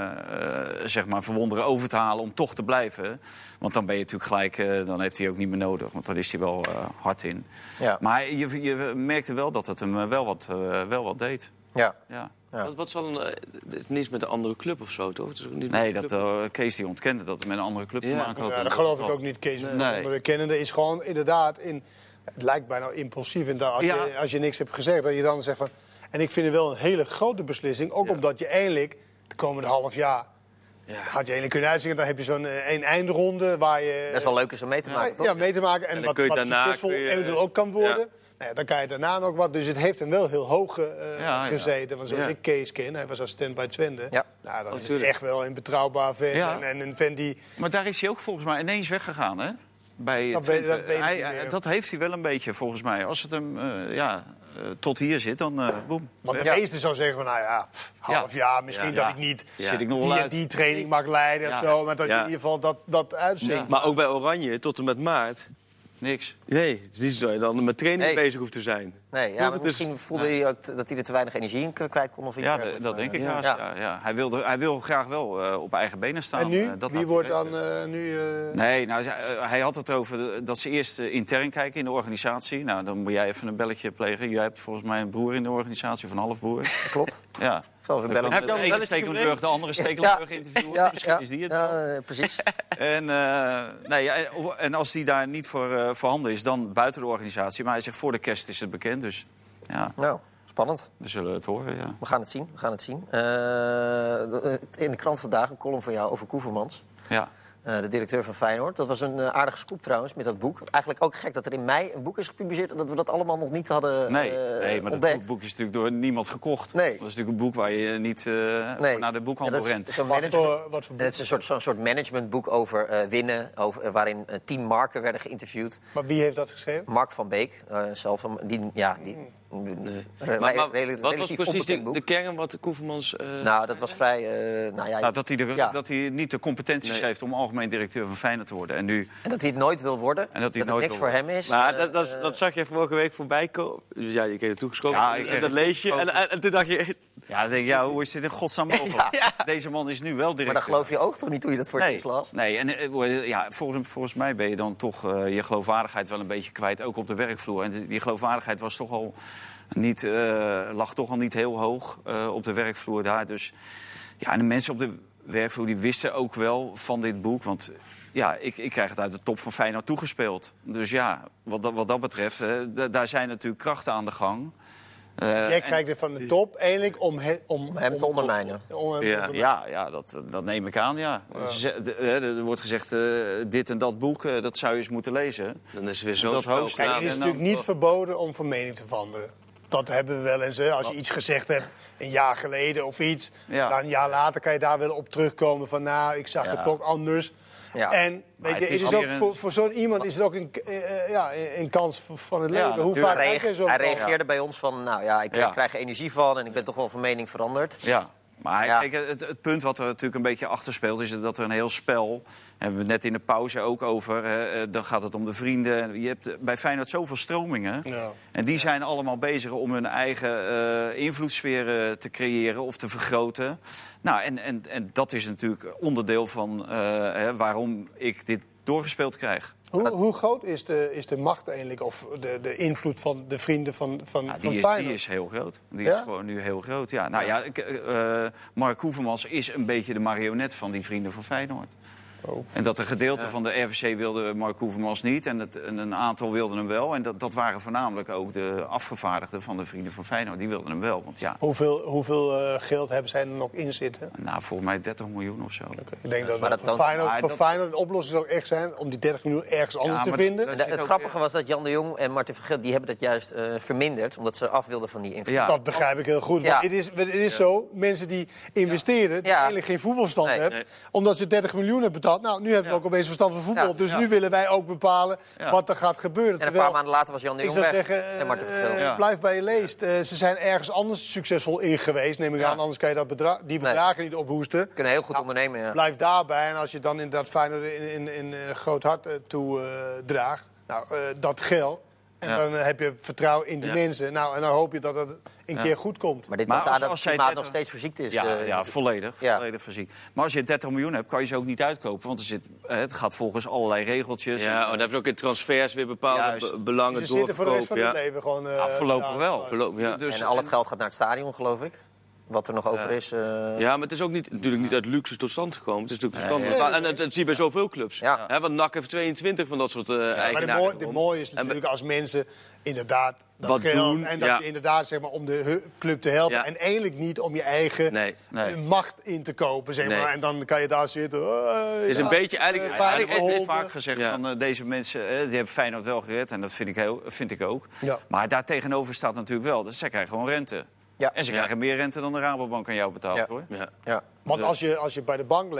Van Wonderen over te halen om toch te blijven. Want dan ben je natuurlijk gelijk, dan heeft hij ook niet meer nodig. Want dan is hij wel hard in. Ja. Maar je merkte wel dat het hem wel wat deed. Ja. Wat zal het is niets met een andere club of zo, toch? Het is ook niet met Kees die ontkende dat het met een andere club te maken had. Ja, dat geloof ik ook niet. Kees van Wonderen kennende is gewoon inderdaad het lijkt bijna impulsief als je niks hebt gezegd, dat je dan zegt van... En ik vind het wel een hele grote beslissing, ook omdat je eindelijk de komende half jaar... had je eindelijk kunnen uitzingen, dan heb je zo'n een eindronde waar je... Dat is wel leuk om mee te maken, toch? Ja, mee te maken. En wat succesvol eventueel ook kan worden. Ja. Nou, dan kan je daarna nog wat. Dus het heeft hem wel heel hoog gezeten. Want zoals ik Kees ken, hij was assistent bij Twente. Ja. Nou, dan is het echt wel een betrouwbaar vent. Ja. En een vent die... Maar daar is hij ook volgens mij ineens weggegaan, hè? bij Twente. Dat heeft hij wel een beetje, volgens mij. Als het hem tot hier zit, dan boem. Want de meeste zou zeggen van, half jaar, misschien dat ik niet Zit ik nog wel uit. die training mag leiden of zo. Maar dat je in ieder geval dat uitzinkt. Ja. Maar ook bij Oranje, tot en met maart... Niks. Nee, het is niet zo dat je dan met training bezig hoeft te zijn. Nee, maar misschien voelde hij ook dat hij er te weinig energie in kwijt kon. Of iets dat denk ik haast. Ja. Hij wil graag wel op eigen benen staan. En nu? Wie wordt dan nu... Nee, hij had het over dat ze eerst intern kijken in de organisatie. Nou, dan moet jij even een belletje plegen. Jij hebt volgens mij een broer in de organisatie, of een halfbroer. Klopt. Ja. Heb de ene Stekelenburg, de andere Stekelenburg interviewen. Misschien is die het wel. Precies. En als die daar niet voor voorhanden is, dan buiten de organisatie. Maar hij zegt, voor de kerst is het bekend. Dus ja. Nou, spannend. We zullen het horen, ja. We gaan het zien. In de krant vandaag een column van jou over Koevermans. Ja. De directeur van Feyenoord. Dat was een aardige scoop trouwens met dat boek. Eigenlijk ook gek dat er in mei een boek is gepubliceerd... en dat we dat allemaal nog niet hadden Nee, maar dat boek is natuurlijk door niemand gekocht. Nee. Dat is natuurlijk een boek waar je niet naar de boekhandel rent. Het is een soort managementboek over winnen... waarin 10 Marken werden geïnterviewd. Maar wie heeft dat geschreven? Mark van Beek. Zelf, wat was precies de kern wat Koevermans... Nou, dat was vrij... dat hij niet de competenties heeft om algemeen directeur van Feyenoord te worden. En dat hij het nooit wil worden. En dat het niks voor hem is. Maar dat zag je vorige week voorbij komen. Dus ja, je kreeg het toegeschoven. Ja, dat lees je. En toen dacht je... Ja, dan denk je, hoe is dit in godsnaam mogelijk? Ja. Deze man is nu wel directeur. Maar dan geloof je ook toch niet toen je dat voor het las? Nee, en volgens mij ben je dan toch je geloofwaardigheid wel een beetje kwijt. Ook op de werkvloer. En die geloofwaardigheid was toch al lag toch al niet heel hoog op de werkvloer daar. Dus ja, en de mensen op de werkvloer die wisten ook wel van dit boek. Want ja, ik krijg het uit de top van Feyenoord toegespeeld. Dus ja, wat dat betreft, daar zijn natuurlijk krachten aan de gang. Jij krijgt het van de top eigenlijk om hem te ondermijnen. Dat neem ik aan, ja. Er wordt gezegd, dit en dat boek, dat zou je eens moeten lezen. Dan is er weer zo'n spel. Kijk, het is natuurlijk niet verboden om van mening te veranderen. Dat hebben we wel eens. Als je iets gezegd hebt een jaar geleden of iets... dan een jaar later kan je daar wel op terugkomen van... nou, ik zag het toch anders. Ja. En weet je, het is ook, voor zo'n iemand is het ook een kans van het leven. Ja, hoe vaak hij reageerde bij ons van... nou ja, ik krijg er energie van en ik ben toch wel van mening veranderd. Ja. Maar kijk, het punt wat er natuurlijk een beetje achter speelt... is dat er een heel spel... hebben we net in de pauze ook over... dan gaat het om de vrienden. Je hebt bij Feyenoord zoveel stromingen. Ja. En die zijn allemaal bezig om hun eigen invloedssfeer te creëren... of te vergroten. Nou, en dat is natuurlijk onderdeel van waarom ik dit doorgespeeld krijg. Hoe groot is de macht eigenlijk, of de invloed van de vrienden van Feyenoord? Die is heel groot. Die is gewoon nu heel groot, ja. Nou Mark Koevermans is een beetje de marionet van die vrienden van Feyenoord. Oh. En dat een gedeelte van de RVC wilde Mark Koevermans niet en een aantal wilden hem wel. En dat waren voornamelijk ook de afgevaardigden van de vrienden van Feyenoord. Die wilden hem wel, want ja. Hoeveel geld hebben zij er nog in zitten? Nou, volgens mij 30 miljoen of zo. Okay. Ik denk dat voor Feyenoord de oplossing zou echt zijn om die 30 miljoen ergens anders te vinden. Het grappige was dat Jan de Jong en Martin van Geel, die hebben dat juist verminderd, omdat ze af wilden van die invloed. Ja. Dat begrijp ik heel goed. Ja. Het is zo, mensen die investeren, die eigenlijk geen voetbalverstand hebben, omdat ze 30 miljoen hebben betaald. Nou, nu hebben we ook opeens verstand van voetbal. Dus nu willen wij ook bepalen wat er gaat gebeuren. En een paar maanden later was Jan de Jong weg. Ik zou zeggen, blijf bij je leest. Ze zijn ergens anders succesvol in geweest, neem ik aan. Anders kan je die bedragen niet ophoesten. Kunnen heel goed ondernemen, ja. Blijf daarbij. En als je dan inderdaad Feyenoord in groot hart toedraagt, dat geldt. En dan heb je vertrouwen in die mensen. Nou, en dan hoop je dat het een keer goed komt. Maar dit als klimaat nog steeds verziekt is. Volledig verziekt. Maar als je 30 miljoen hebt, kan je ze ook niet uitkopen. Want het gaat volgens allerlei regeltjes. Ja, dan heb je ook in transfers weer bepaalde belangen doorverkoop. Ze zitten voor de rest van het leven gewoon... voorlopig wel. Dus, en al het geld gaat naar het stadion, geloof ik. Wat er nog over is. Ja, maar het is ook natuurlijk niet uit luxe tot stand gekomen. Het is natuurlijk verstandig. En dat zie je bij zoveel clubs. Ja. Want NAC heeft 22 van dat soort eigenaren. Maar het mooie is natuurlijk als mensen inderdaad dat geld doen. En dat je inderdaad, zeg maar, om de club te helpen. Ja. En eigenlijk niet om je eigen macht in te kopen, zeg maar. En dan kan je daar zitten. Het is een beetje eigenlijk is vaak gezegd van deze mensen, die hebben Feyenoord wel gered. En dat vind ik ook. Ja. Maar daar tegenover staat natuurlijk wel, dus zij krijgen gewoon rente. Ja. En ze krijgen meer rente dan de Rabobank aan jou betaalt, hoor. Ja. Want als je bij de bank leent,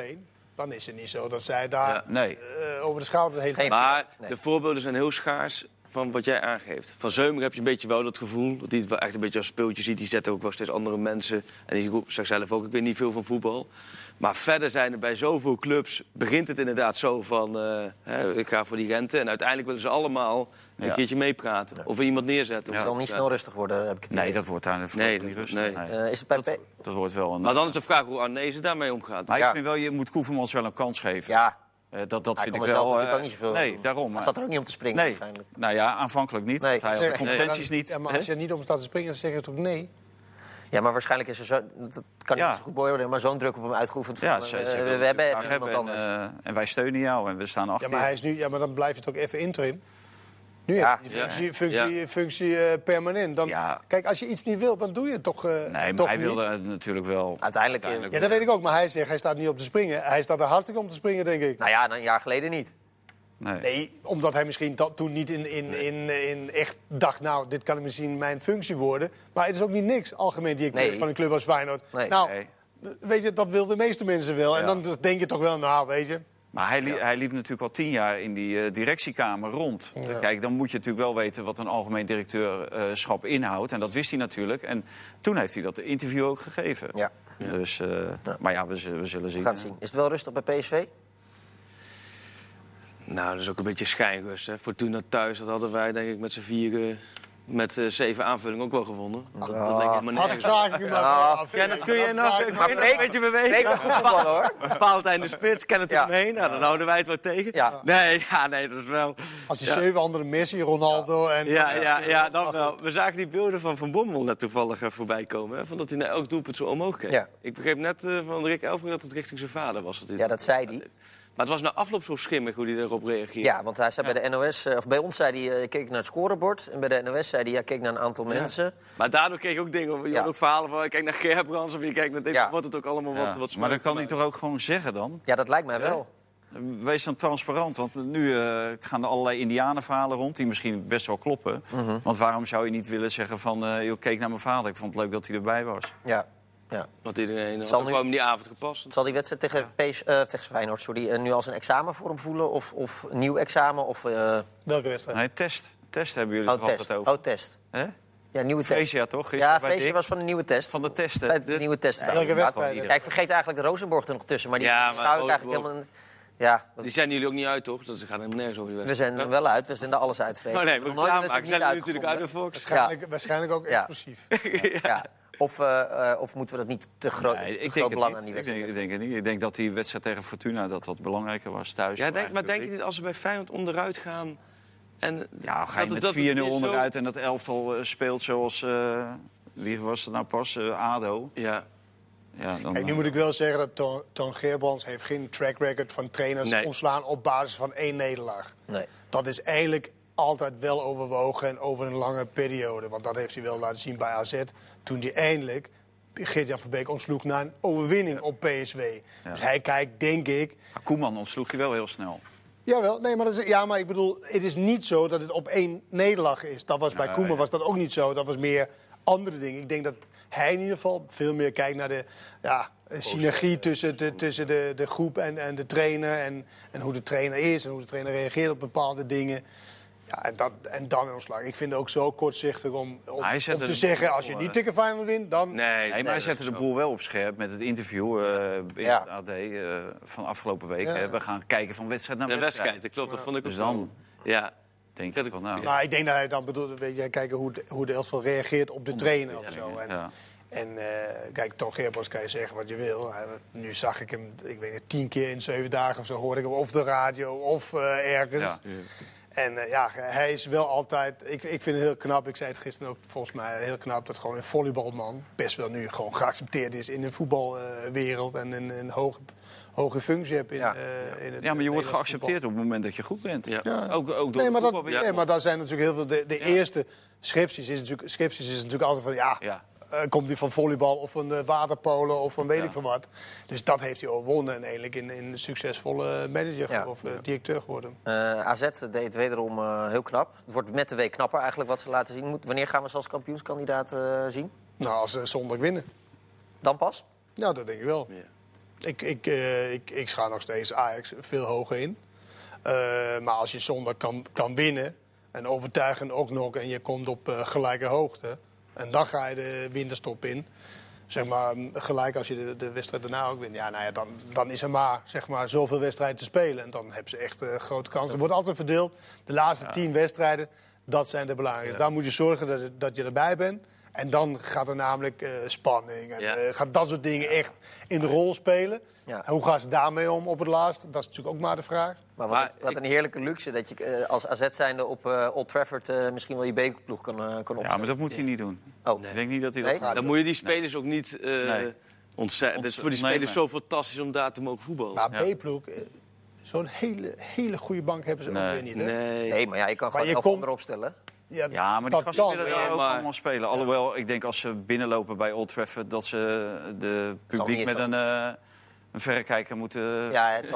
dan is het niet zo dat zij daar over de schouder heen... Maar de voorbeelden zijn heel schaars van wat jij aangeeft. Van Zeumer heb je een beetje wel dat gevoel dat hij het wel echt een beetje als speeltje ziet. Die zet ook wel steeds andere mensen. En die zegt zelf ook, ik weet niet veel van voetbal. Maar verder zijn er bij zoveel clubs... begint het inderdaad zo van... ik ga voor die rente. En uiteindelijk willen ze allemaal een keertje meepraten. Of er iemand neerzetten. Het zal niet snel rustig worden, heb ik het idee. Nee, dat wordt daar niet rustig. Is het bij dat wordt wel een... Maar dan is de vraag hoe Arnezen daarmee omgaat. Maar ik vind wel, je moet Koevermans wel een kans geven. Ja. Dat vind ik wel... ook niet zoveel. Nee, daarom. Hij zat er ook niet om te springen waarschijnlijk. Nou ja, aanvankelijk niet. Nee. Hij had competenties niet. Ja, maar als je er niet om staat te springen, dan zeg je toch nee? Ja, maar waarschijnlijk is er zo... Dat kan niet zo goed worden, maar zo'n druk op hem uitgeoefend. Ja, we hebben even iemand anders. En wij steunen jou en we staan achter je. Maar hij is nu... Ja, maar dan blijf je toch even interim? Nu functie permanent. Dan, kijk, als je iets niet wilt, dan doe je het toch nee, maar hij wilde het natuurlijk wel. Uiteindelijk ja, dat weet ik ook. Maar hij zegt, hij staat niet op te springen. Hij staat er hartstikke om te springen, denk ik. Nou ja, een jaar geleden niet. Nee, omdat hij misschien toen niet in echt dacht... nou, dit kan misschien mijn functie worden. Maar het is ook niet niks, algemeen directeur van een club als Feyenoord. Weet je, dat wilden de meeste mensen wel. En dan denk je toch wel, nou, weet je... Maar hij liep natuurlijk al 10 jaar in die directiekamer rond. Ja. Kijk, dan moet je natuurlijk wel weten wat een algemeen directeurschap inhoudt. En dat wist hij natuurlijk. En toen heeft hij dat interview ook gegeven. Ja. Dus, maar ja, we zullen zien. We gaan het zien. Is het wel rustig bij PSV? Nou, dat is ook een beetje schijnrust. Hè. Fortuna thuis, dat hadden wij denk ik met z'n 4... met 7 aanvullingen ook wel gewonnen. Dat denk ik maar nergens. Ja, dat kun je nog een beetje bewegen. Nee, goed gevallen hoor. Valentijn de Spits, ken het eromheen. Nou, dan houden wij het wel tegen. Ja. Nee, dat is wel... Als die 7 andere Messi, Ronaldo en... Ja, dan wel. We zagen die beelden van Bommel net toevallig voorbij komen. Hè, van dat hij naar elk doelpunt zo omhoog kreeg. Ja. Ik begreep net van Rick Elfrink dat het richting zijn vader was. Ja, dat zei hij. Maar het was na afloop zo schimmig hoe hij erop reageerde. Ja, want hij zei bij de NOS... of bij ons zei hij, keek naar het scorebord. En bij de NOS zei hij, keek naar een aantal mensen. Maar daardoor kreeg ik ook dingen. Je had ook verhalen van, kijk naar Gerbrands of je kijkt naar dit. Wordt het ook allemaal wat smaak. Maar dat kan hij toch ook gewoon zeggen dan? Ja, dat lijkt mij wel. Wees dan transparant, want nu gaan er allerlei indianenverhalen rond... die misschien best wel kloppen. Want waarom zou je niet willen zeggen van... joh, keek naar mijn vader, ik vond het leuk dat hij erbij was. Ja. Want iedereen had gewoon die avond gepast. Zal die wedstrijd tegen Feyenoord nu als een examen voor hem voelen? Of een nieuw examen? Of, welke wedstrijd? Nee, test hebben jullie toch altijd over. Oh, test. Hè? Ja, nieuwe test. Freesia toch? Ja, Freesia was van de nieuwe test. Van de testen. Bij de nieuwe test. Welke wedstrijd? Ja, ik vergeet eigenlijk de Rosenborg er nog tussen. Maar die schouw ik eigenlijk helemaal... Ja, die zijn jullie ook niet uit, toch? Dat gaat helemaal nergens over die We wedstrijd. zijn er wel uit. We zijn er alles uit. Oh nee, we zijn natuurlijk uit de Fox. Waarschijnlijk ook explosief. Ja. Of moeten we dat niet te groot belang aan die wedstrijd? Ik denk het niet. Ik denk dat die wedstrijd tegen Fortuna dat belangrijker was thuis. Ja, maar denk je niet als ze bij Feyenoord onderuit gaan... En ga je met 4-0 onderuit en dat elftal speelt zoals... wie was het nou pas? ADO. Ja. Dan, Kijk, nu moet ik wel zeggen dat Toon Gerbrands heeft geen track record van trainers ontslaan op basis van 1 nederlaag. Nee. Dat is eigenlijk altijd wel overwogen en over een lange periode. Want dat heeft hij wel laten zien bij AZ. Toen hij eindelijk Geert-Jan Verbeek ontsloeg naar een overwinning op PSV. Ja. Dus hij kijkt, denk ik... Maar Koeman ontsloeg hij wel heel snel. Jawel, nee, maar ik bedoel, het is niet zo dat het op 1 nederlaag is. Dat was bij Koeman was dat ook niet zo. Dat was meer andere dingen. Ik denk dat hij in ieder geval veel meer kijkt naar de synergie tussen de groep en de trainer. En hoe de trainer is en hoe de trainer reageert op bepaalde dingen. Ja, en dan in ontslag. Ik vind het ook zo kortzichtig om te zeggen... als je niet tegen Feyenoord wint, dan... Nee, maar hij zette de boel wel op scherp met het interview in het AD van afgelopen week. Ja. We gaan kijken van wedstrijd naar wedstrijd. Dat klopt, dat vond ik dus ook dan... Ja. Denk ik van, nou. Maar ik denk dat hij dan bedoelt... Weet je, kijken hoe de elftal reageert op de trainer of zo. En kijk, Toon Gerbrands kan je zeggen wat je wil. Nu zag ik hem, ik weet niet, 10 keer in 7 dagen of zo... hoorde ik hem of de radio of ergens... Ja. En hij is wel altijd... Ik vind het heel knap, ik zei het gisteren ook volgens mij heel knap... dat gewoon een volleybalman best wel nu gewoon geaccepteerd is in de voetbalwereld... en een hoge functie hebt in het... Ja, maar je wordt geaccepteerd op het moment dat je goed bent. Ja. Ook door de voetbal. Maar daar zijn natuurlijk heel veel... De eerste scripties is natuurlijk altijd van... komt hij van volleybal of van waterpolo of van weet ik van wat. Dus dat heeft hij overwonnen en eigenlijk in een succesvolle manager of directeur geworden. AZ deed wederom heel knap. Het wordt met de week knapper eigenlijk wat ze laten zien. Wanneer gaan we ze als kampioenskandidaat zien? Nou, als ze zondag winnen. Dan pas? Nou, dat denk ik wel. Ik schaal nog steeds Ajax veel hoger in. Maar als je zondag kan winnen en overtuigend ook nog... en je komt op gelijke hoogte... en dan ga je de winterstop in... Zeg maar, gelijk als je de wedstrijd daarna ook wint. Ja, nou ja, dan is er maar, zeg maar zoveel wedstrijden te spelen. En dan hebben ze echt grote kansen. Er wordt altijd verdeeld. De laatste 10 wedstrijden, dat zijn de belangrijkste. Daar moet je zorgen dat je erbij bent. En dan gaat er namelijk spanning en gaat dat soort dingen echt in de rol spelen. Ja. En hoe gaan ze daarmee om op het laatst? Dat is natuurlijk ook maar de vraag. Maar wat een heerlijke luxe dat je als AZ zijnde op Old Trafford misschien wel je bekerploeg kan opzetten. Ja, maar dat moet hij niet doen. Oh. Ik denk niet dat hij dat gaat. Dan moet je die spelers ook niet ontzettend. Het is voor die spelers zo fantastisch om daar te mogen voetballen. Maar B-ploeg, zo'n hele goede bank hebben ze ook weer niet. Hè? Nee, maar je kan gewoon 11 erop stellen. Ja, maar die gasten willen daar ook allemaal spelen. Alhoewel, ik denk als ze binnenlopen bij Old Trafford... dat ze de publiek met een verrekijker moeten... Ja, het zal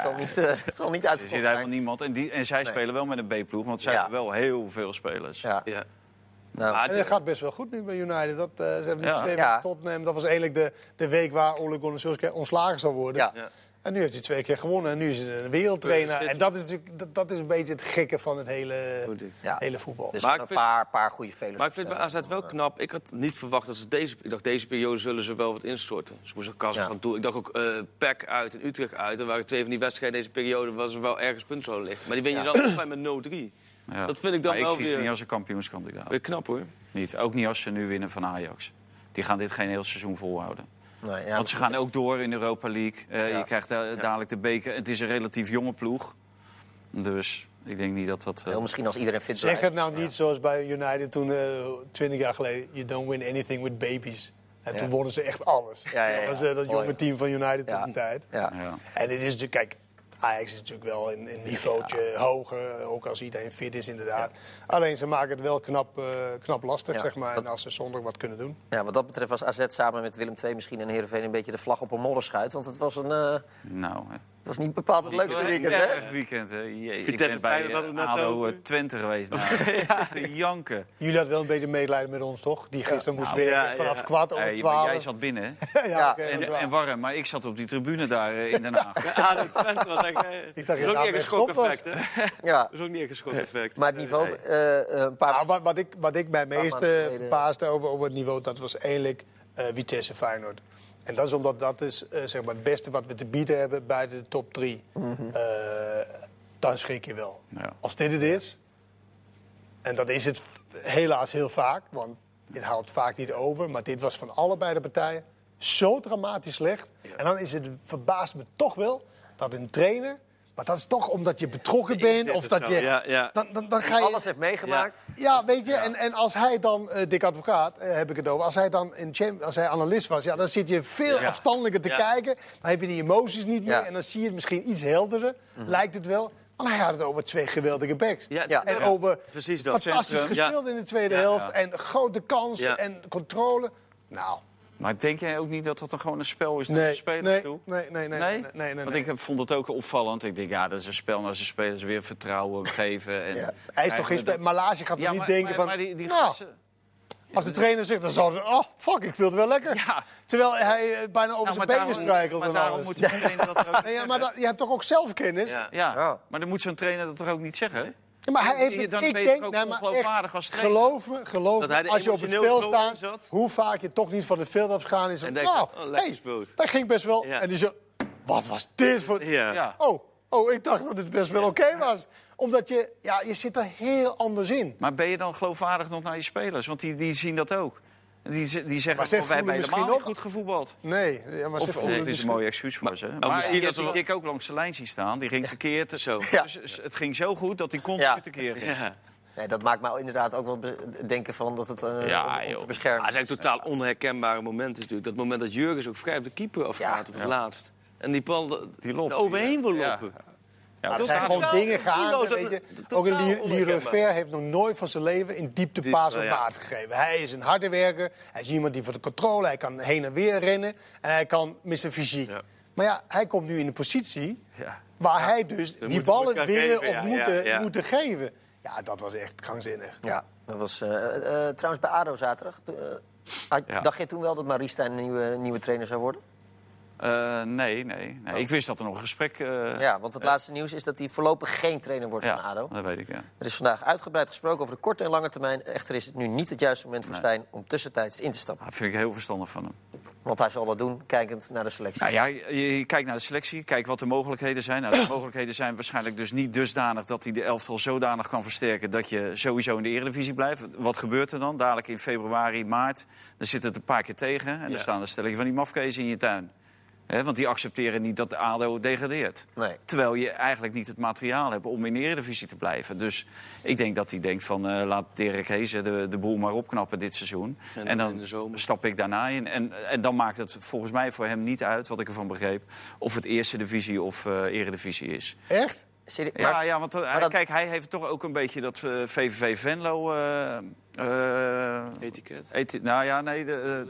niet uitverkocht Er zit helemaal niemand. En zij spelen wel met een B-ploeg, want zij hebben wel heel veel spelers. Ja. Nou, en het gaat best wel goed nu bij United. Ze hebben nu 2 weken Tottenham. Dat was eigenlijk de week waar Ole Gunnar Solskjaer ontslagen zou worden. Ja. En nu heeft hij 2 keer gewonnen en nu is hij een wereldtrainer. En dat is natuurlijk dat is een beetje het gekke van het hele voetbal. Dus een paar goede spelers. Maar ik vind bij AZ wel knap. Ik had niet verwacht dat ze deze periode zullen ze wel wat instorten. Ze moesten kassen gaan toe. Ik dacht ook PEC uit en Utrecht uit. Er waren 2 van die wedstrijden deze periode waar ze wel ergens punten zouden liggen. Maar die win je dan toch met 0-3. Ja. Dat vind ik dan wel weer... Ik zie het niet als een kampioenskandidaat. Weer knap hoor. Niet. Ook niet als ze nu winnen van Ajax. Die gaan dit geen heel seizoen volhouden. Nee, want ze gaan ook door in de Europa League. Je krijgt dadelijk de beker. Het is een relatief jonge ploeg. Dus ik denk niet dat... misschien als iedereen fit blijft. Zeg het nou niet zoals bij United toen 20 jaar geleden... You don't win anything with babies. En toen wonnen ze echt alles. Dat was dat jonge team van United toen de tijd. Ja. En dit is natuurlijk... Kijk, Ajax is natuurlijk wel een niveautje hoger, ook als iedereen fit is inderdaad. Ja. Alleen ze maken het wel knap lastig, zeg maar, en als ze zondag wat kunnen doen. Ja, wat dat betreft was AZ samen met Willem II misschien en Heerenveen een beetje de vlag op een modderschuit. Want het was het was niet bepaald het leukste weekend, hè? Echt weekend, hè? Ik ben bij ADO Twente geweest. Janken. Jullie hadden wel een beetje medelijden met ons, toch? Die gisteren moest weer vanaf 11:15. Jij zat binnen, hè? En warm, maar ik zat op die tribune daar in Den Haag. ADO Twente was ik dacht, dat is ook niet echt een schok-effect, hè? Ja. Dat is ook niet echt een schok-effect. Maar het niveau... een paar... Wat ik mij meest verbaasde over het niveau, dat was eigenlijk Vitesse Feyenoord. En dat is omdat dat is zeg maar het beste wat we te bieden hebben buiten de top 3. Dan schrik je wel. Ja. Als dit het is, en dat is het helaas heel vaak, want het houdt vaak niet over. Maar dit was van allebei de partijen zo dramatisch slecht. Ja. En dan verbaast me toch wel dat een trainer... Maar dat is toch omdat je betrokken bent of dat je... Dan ga je... Alles heeft meegemaakt. Ja, weet je. Ja. En als hij dan, Dick Advocaat heb ik het over... Als hij analist was, dan zit je veel afstandelijker te kijken. Dan heb je die emoties niet meer. En dan zie je het misschien iets helderder. Lijkt het wel. Maar hij had het over 2 geweldige backs. En over fantastisch gespeeld in de tweede helft. En grote kansen en controle. Nou... Maar denk jij ook niet dat dat dan gewoon een spel is naar de spelers toe? Nee. Want ik vond het ook opvallend. Ik denk, dat is een spel naar zijn spelers weer vertrouwen geven. En hij is toch geen speler. Malage gaat toch niet denken van... Als de trainer zegt, dan zal ze... fuck, ik speel het wel lekker. Ja. Terwijl hij bijna over zijn benen struikelt. Maar daarom moet die trainer dat er ook niet maar je hebt toch ook zelfkennis? Ja, maar dan moet zo'n trainer dat toch ook niet zeggen? Ja, maar hij heeft dan ben je ook ongeloofwaardig als trainer. Geloof me, als je op het veld staat... hoe vaak je toch niet van het veld afgegaan is... En dat ging best wel. En die zo, wat was dit voor... Oh, ik dacht dat het best wel oké was. Omdat je zit er heel anders in. Maar ben je dan geloofwaardig nog naar je spelers? Want die zien dat ook. Die zeggen, wij hebben helemaal niet goed gevoetbald. Nee, maar of het is een mooi excuus voor ze. Maar ik ook langs de lijn zien staan. Die ging verkeerd. Zo. Dus het ging zo goed dat hij continu tekeer ging. Ja. Nee, dat maakt mij inderdaad ook wel denken van dat het om te beschermen. Het zijn totaal onherkenbare momenten natuurlijk. Dat moment dat Jurgens ook vrij op de keeper afgaat op het laatst. En die bal er overheen wil lopen. Ja, er zijn gewoon dingen gaande, weet je. Ook een Leroy Ver heeft nog nooit van zijn leven een dieptepaas op maat gegeven. Hij is een harde werker. Hij is iemand die voor de controle, hij kan heen en weer rennen. En hij kan met zijn fysiek. Ja. Maar hij komt nu in een positie waar hij dus die ballen willen of moeten geven. Ja, dat was echt krankzinnig. Ja, dat was trouwens bij ADO zaterdag. Dacht je toen wel dat Maurice Stijn een nieuwe trainer zou worden? Nee. Ik wist dat er nog een gesprek... Ja, want het laatste nieuws is dat hij voorlopig geen trainer wordt van ADO. Dat weet ik, ja. Er is vandaag uitgebreid gesproken over de korte en lange termijn. Echter is het nu niet het juiste moment voor Stijn om tussentijds in te stappen. Dat vind ik heel verstandig van hem. Want hij zal dat doen, kijkend naar de selectie. Nou ja, je kijkt naar de selectie, kijkt wat de mogelijkheden zijn. Nou, de mogelijkheden zijn waarschijnlijk dus niet dusdanig dat hij de elftal zodanig kan versterken dat je sowieso in de Eredivisie blijft. Wat gebeurt er dan? Dadelijk in februari, maart, dan zit het een paar keer tegen. En dan staan er stellingen van die mafkezen in je tuin. Want die accepteren niet dat de ADO degradeert. Nee. Terwijl je eigenlijk niet het materiaal hebt om in de Eredivisie te blijven. Dus ik denk dat hij denkt van laat Dirk Heesen de boel maar opknappen dit seizoeun. En dan stap ik daarna in. En dan maakt het volgens mij voor hem niet uit, wat ik ervan begreep, of het eerste divisie of Eredivisie is. Echt? Ja, want kijk, hij heeft toch ook een beetje dat VVV Venlo... etiket? Nou ja, nee.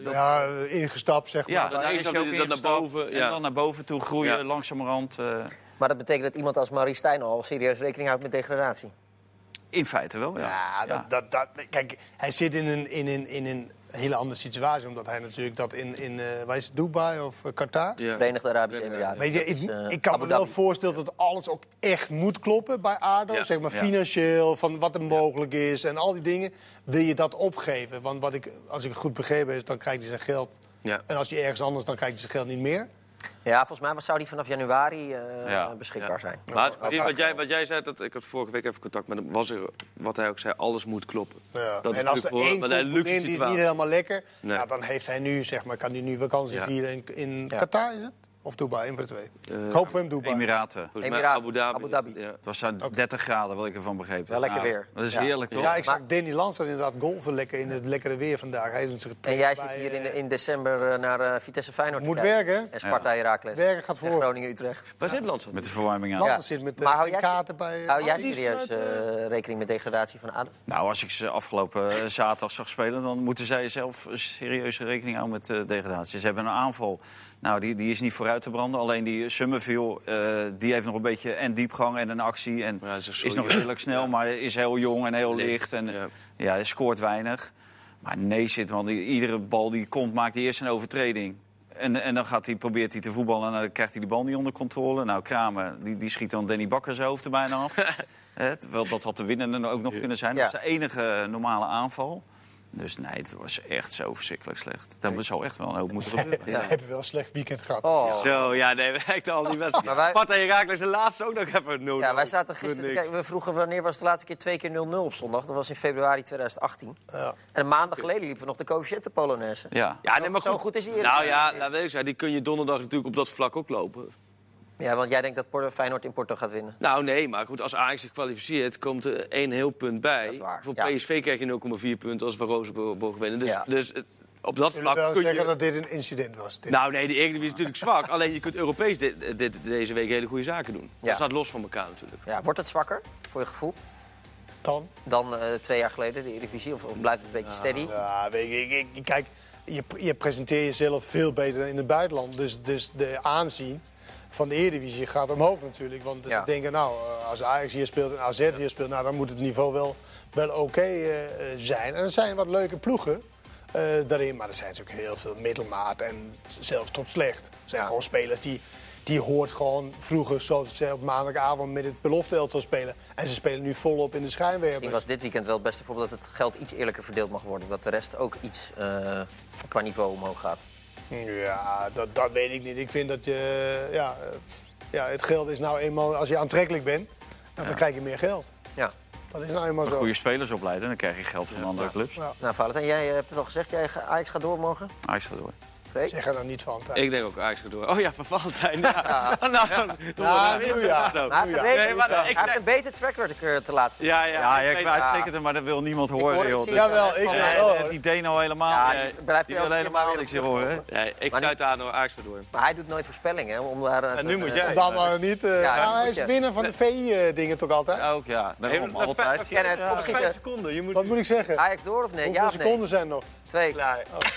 Ingestapt, zeg maar. Ja, daar is hij ook naar boven. En dan naar boven toe groeien, langzamerhand. Maar dat betekent dat iemand als Maurice Stijn al serieus rekening houdt met degradatie? In feite wel, ja. Kijk, hij zit in een hele andere situatie. Omdat hij natuurlijk dat waar is het, Dubai of Qatar? Ja. Verenigde Arabische Emiraten. Weet je, ik kan me wel voorstellen dat alles ook echt moet kloppen bij ADO. Ja. Zeg maar financieel, van wat er mogelijk is en al die dingen. Wil je dat opgeven? Want als ik het goed begrepen heb, dan krijgt hij zijn geld. Ja. En als hij ergens anders, dan krijgt hij zijn geld niet meer. Ja, volgens mij zou die vanaf januari beschikbaar zijn. Maar wat jij zei, ik had vorige week even contact met hem, was er, wat hij ook zei, alles moet kloppen. Ja. Dat en als er één component is niet helemaal lekker, dan heeft hij nu, zeg maar, kan hij nu vakantie vieren in Qatar, is het? Of Dubai, een van de twee. Ik hoop voor hem Dubai. Emiraten. Abu Dhabi. Ja. Het was 30 graden, wat ik ervan begreep. Wel lekker weer. Dat is heerlijk, toch? Ja, ik zag Danny Lansers inderdaad golven lekker in het lekkere weer vandaag. Hij is en jij zit hier in december naar Vitesse Feyenoord moet werken. En Sparta Heracles. Werken gaat voor. En Groningen-Utrecht. Waar zit Lansers? Met de verwarming aan. Lansers zit met de kaarten bij... Hou jij serieus rekening met degradatie van ADO? Nou, als ik ze afgelopen zaterdag zag spelen, dan moeten zij zelf serieuze rekening houden met degradatie. Ze hebben een aanval. Nou, die is niet vooruit te branden. Alleen die Summerville, die heeft nog een beetje en diepgang en een actie. En is nog redelijk snel, maar is heel jong en heel licht. En hij scoort weinig. Maar nee, iedere bal die komt, maakt hij eerst een overtreding. En dan probeert hij te voetballen en dan krijgt hij die bal niet onder controle. Nou, Kramer, die schiet dan Danny Bakker zijn hoofd er bijna af. Terwijl dat had de winnende ook nog kunnen zijn. Dat was de enige normale aanval. Dus nee, het was echt zo verschrikkelijk slecht. Dat zou echt wel een hoop moeten gebeuren. Ja. Hebben we wel een slecht weekend gehad. Zo, ja, nee, we werkten al die wedstrijden. Sparta en Heracles de laatste ook nog even 0-0. Ja, wij zaten gisteren kijken. We vroegen wanneer was de laatste keer 2 keer 0-0 op zondag. Dat was in februari 2018. Ja. En een maandag geleden liepen we nog de coëfficiënten Polonaise. Ja, nee, maar zo goed is die. Nou ja, laat ik zeggen, die kun je donderdag natuurlijk op dat vlak ook lopen. Ja, want jij denkt dat Feyenoord in Porto gaat winnen? Nou, nee, maar goed, als Ajax zich kwalificeert, komt er 1 heel punt bij. Dat is waar. Voor PSV krijg je 0,4 punten als we Rozenborg winnen. Dus op dat vlak kun je... Wil zeggen dat dit een incident was? Nou, nee, de Eredivisie is natuurlijk zwak. Alleen je kunt Europees deze week hele goede zaken doen. Dat staat los van elkaar natuurlijk. Ja, wordt het zwakker, voor je gevoel? Dan 2 jaar geleden, de Eredivisie? Of blijft het een beetje steady? Ja, kijk, je presenteert jezelf veel beter in het buitenland. Dus de aanzien van de Eredivisie gaat omhoog natuurlijk. Want we denken, als Ajax hier speelt en AZ hier speelt, dan moet het niveau wel oké zijn. En er zijn wat leuke ploegen daarin, maar er zijn natuurlijk heel veel middelmaat en zelfs tot slecht. Er zijn gewoon spelers die hoort gewoon vroeger, zoals ze op maandagavond met het belofte-elftal spelen. En ze spelen nu volop in de schijnwerpers. Misschien was dit weekend wel het beste voorbeeld dat het geld iets eerlijker verdeeld mag worden. Dat de rest ook iets qua niveau omhoog gaat. Ja, dat weet ik niet. Ik vind dat het geld is nou eenmaal, als je aantrekkelijk bent, dan krijg je meer geld. Ja. Dat is nou eenmaal zo. Goede spelers opleiden, dan krijg je geld van andere clubs. Ja. Nou, Valentijn, jij hebt het al gezegd, Ajax gaat door morgen? Ajax gaat door. Zeg er nou niet van. Ik denk ook Ajax gaat door. Oh ja, van Valentijn. Hij heeft een beter track record te laatste. Ja, ik weet het zeker, maar dat wil niemand horen. Jawel, het idee nou helemaal. Die wil helemaal niks horen. Ik sluit aan door Ajax gaat door. Maar hij doet nooit voorspellingen. En nu moet jij. Dan maar niet. Hij is winnaar van de VI-dingen toch altijd? Ook ja, daarom altijd. 5 seconden. Wat moet ik zeggen? Ajax door of nee? Hoeveel seconden zijn nog? 2. Klaar.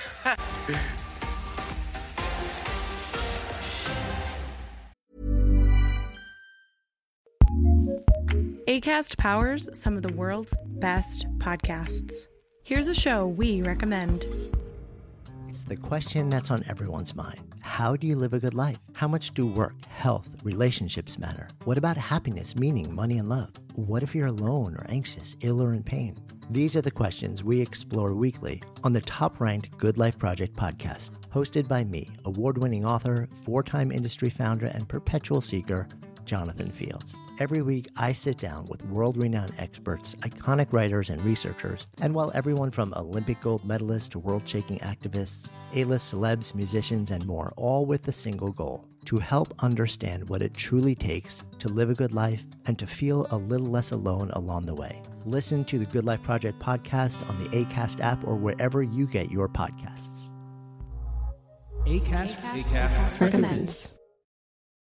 Acast powers some of the world's best podcasts. Here's a show we recommend. It's the question that's on everyone's mind. How do you live a good life? How much do work, health, relationships matter? What about happiness, meaning, money, and love? What if you're alone or anxious, ill or in pain? These are the questions we explore weekly on the top-ranked Good Life Project podcast, hosted by me, award-winning author, 4-time industry founder, and perpetual seeker, Jonathan Fields. Every week, I sit down with world-renowned experts, iconic writers, and researchers, and while everyone from Olympic gold medalists to world-shaking activists, A-list celebs, musicians, and more, all with the single goal: to help understand what it truly takes to live a good life and to feel a little less alone along the way. Listen to the Good Life Project podcast on the Acast app or wherever you get your podcasts. Acast recommends.